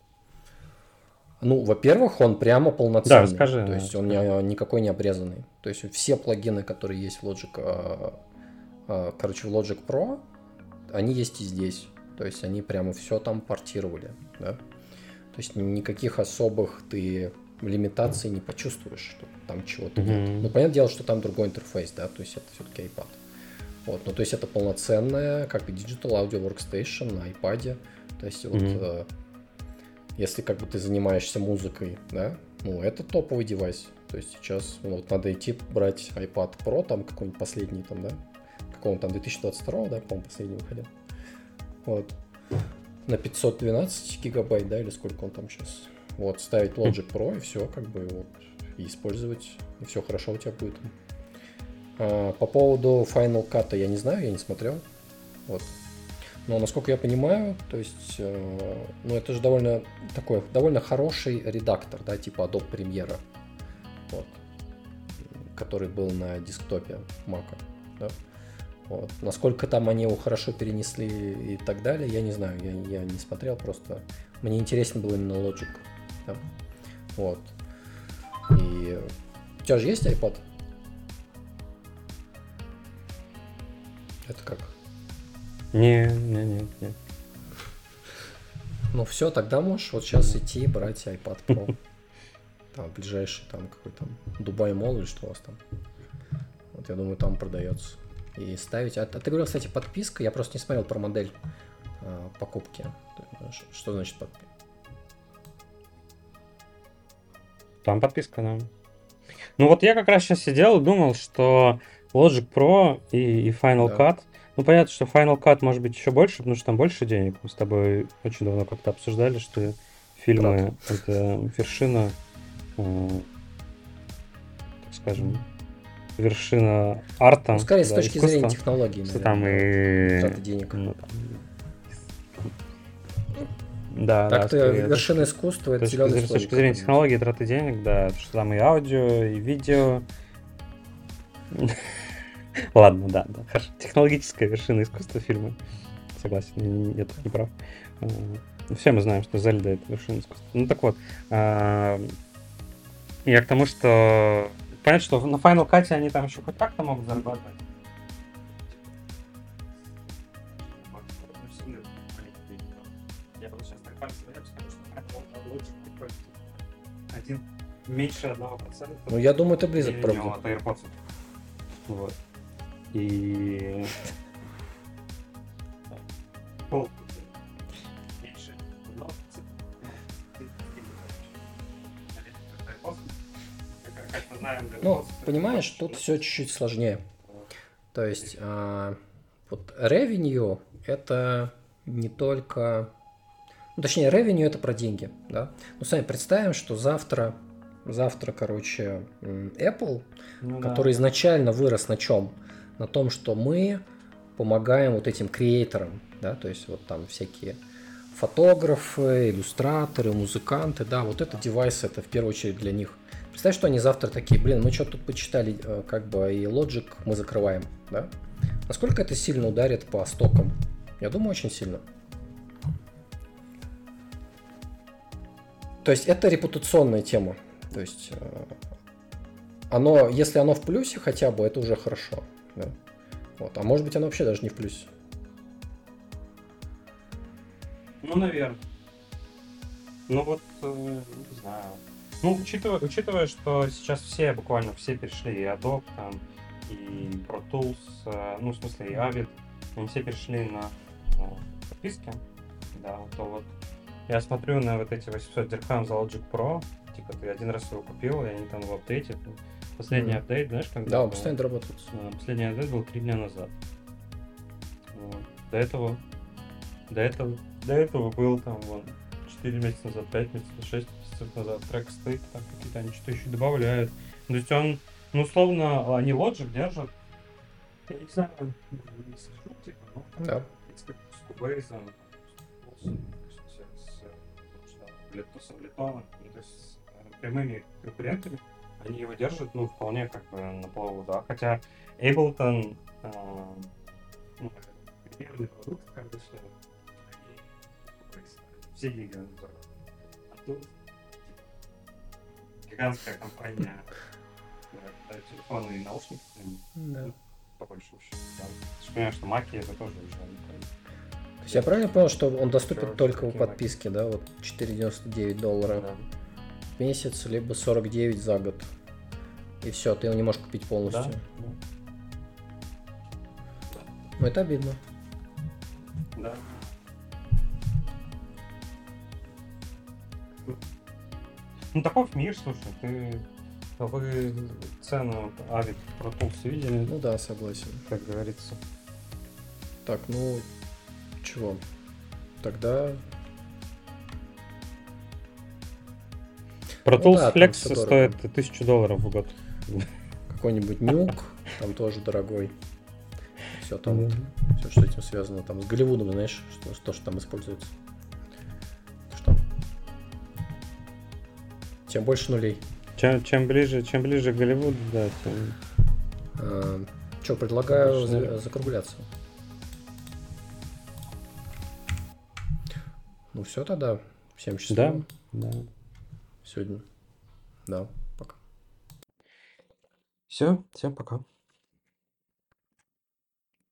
Ну, во-первых, он прямо полноценный. Да, расскажи, То да, есть он не- никакой не обрезанный. То есть все плагины, которые есть в Logic, э, э, короче, в Logic Pro, они есть и здесь. То есть они прямо все там портировали, да. То есть никаких особых ты лимитаций не почувствуешь, что там чего-то нет. Мгм. Ну, понятное дело, что там другой интерфейс, да, то есть это все-таки iPad. Вот, ну, то есть это полноценная, как бы Digital Audio Workstation на iPad. То есть вот, Мгм. э, если как бы ты занимаешься музыкой, да, ну, это топовый девайс. То есть сейчас ну, вот надо идти брать iPad Pro, там какой-нибудь последний, там, да, какого-то там две тысячи двадцать второго, да, по-моему, последний выходил. Вот. На пятьсот двенадцать гигабайт, да, или сколько он там сейчас. Вот, ставить Logic Pro, и все, как бы, вот, и использовать, и все хорошо у тебя будет. А, по поводу Final Cut я не знаю, я не смотрел. Вот. Но, насколько я понимаю, то есть, э, ну, это же довольно такой, довольно хороший редактор, да, типа Adobe Premiere, вот, который был на десктопе Mac, да. Вот. Насколько там они его хорошо перенесли и так далее, я не знаю, я, я не смотрел, просто мне интересен был именно Logic. Да? Вот. И у тебя же есть iPad? Это как? Не, не, не, не. Ну все, тогда можешь вот сейчас идти брать iPad Pro. Там ближайший там какой там Dubai Mall или что у вас там. Вот я думаю, там продается. И ставить. А, а ты говорил, кстати, подписка. Я просто не смотрел про модель а, покупки. Что значит подписка? Там подписка, да. Ну вот я как раз сейчас сидел и думал, что Logic Pro и, и Final Да. Cut. Ну понятно, что Final Cut может быть еще больше, потому что там больше денег. Мы с тобой очень давно как-то обсуждали, что фильмы — это вершина, э, так скажем, вершина арта. Ну, скорее, с да, точки искусства. зрения технологий, Что наверное, там и... траты денег. Ну, там... Да, да, Так-то скорее, вершина искусства — это С точки, зеленый зрения- с слоник. точки зрения технологий, траты денег, да, что там и аудио, и видео. Ладно, да, да, хорошо. Технологическая вершина искусства фильма. Согласен, я, я тут не прав. А, ну, все мы знаем, что Зельда — это вершина искусства. Ну так вот, а, я к тому, что понятно, что на Final Cut они там еще хоть как-то могут зарабатывать. Я буду сейчас так пальцем сказать, потому что лучше приходит один меньше одного процента. Ну, я думаю, это близок к правде. От AirPods. Вот. И... Пол. Меньше одного процента. Ну, понимаешь, тут все чуть-чуть сложнее. То есть, а, вот revenue — это не только... Ну, точнее, revenue — это про деньги, да? Ну, сами представим, что завтра, завтра, короче, Apple, Ну, который да. изначально вырос на чем? На том, что мы помогаем вот этим креаторам, да, то есть вот там всякие фотографы, иллюстраторы, музыканты, да, вот это девайс, это в первую очередь для них. Представь, что они завтра такие, блин, мы что-то тут почитали, как бы, и Logic мы закрываем, да? Насколько это сильно ударит по стокам? Я думаю, очень сильно. То есть это репутационная тема. То есть оно, если оно в плюсе хотя бы, это уже хорошо. Да? Вот. А может быть, оно вообще даже не в плюсе. Ну, наверное. Ну вот, э, не знаю. Ну, учитывая, учитывая, что сейчас все, буквально все перешли, и Adobe, там, и Pro Tools, э, ну, в смысле, и Avid, они все перешли на э, подписки, да, то вот я смотрю на вот эти восемьсот дирхам за Logic Pro, типа ты один раз его купил, и они там его апдейтят. Последний mm-hmm. апдейт, знаешь, когда? Да, он был? постоянно доработает. Последний апдейт был три дня назад. Вот. До этого, до этого, до этого был там вон четыре месяца назад, пять месяцев, шесть месяцев назад трек стоит, там какие-то они что-то еще добавляют. То есть он, ну, условно, они Logic держат. Я не знаю, не скажу, типа, но да. с Cubase, с Литоном, то есть с прямыми конкурентами, они его держат, ну, вполне как бы на плаву, да. Хотя Ableton, э, ну, примерный продукт, конечно, они все деньги называют. А тут гигантская компания э, телефоны и наушники, да. Ну, по большему счету, да. Ты же понимаешь, что маки это тоже уже не. То есть я правильно понял, что он доступен Короче, только в такие подписке, да? Вот четыре девяносто девять доллара Да. в месяц, либо сорок девять за год. И все, ты его не можешь купить полностью. Да? Да. Ну, это обидно. Да. Ну, таков мир, слушай, ты... Вы цену Avid Pro Tools видели? Ну да, согласен. Как говорится. Так, ну, чего? Тогда... Pro Ну Tools да, там Flex всё дорого. стоит тысячу долларов в год. Какой-нибудь нюк, там тоже дорогой. Все там, Мгм. все, что этим связано. Там с Голливудом, знаешь, что, что, что там используется. Что там? Чем больше нулей. Чем, чем ближе, чем ближе к Голливуду, да, тем... А, что, предлагаю Больше за- нулей. закругляться. Ну все тогда. Всем Да, счастливо. да. Сегодня. Да, пока. Все, всем пока.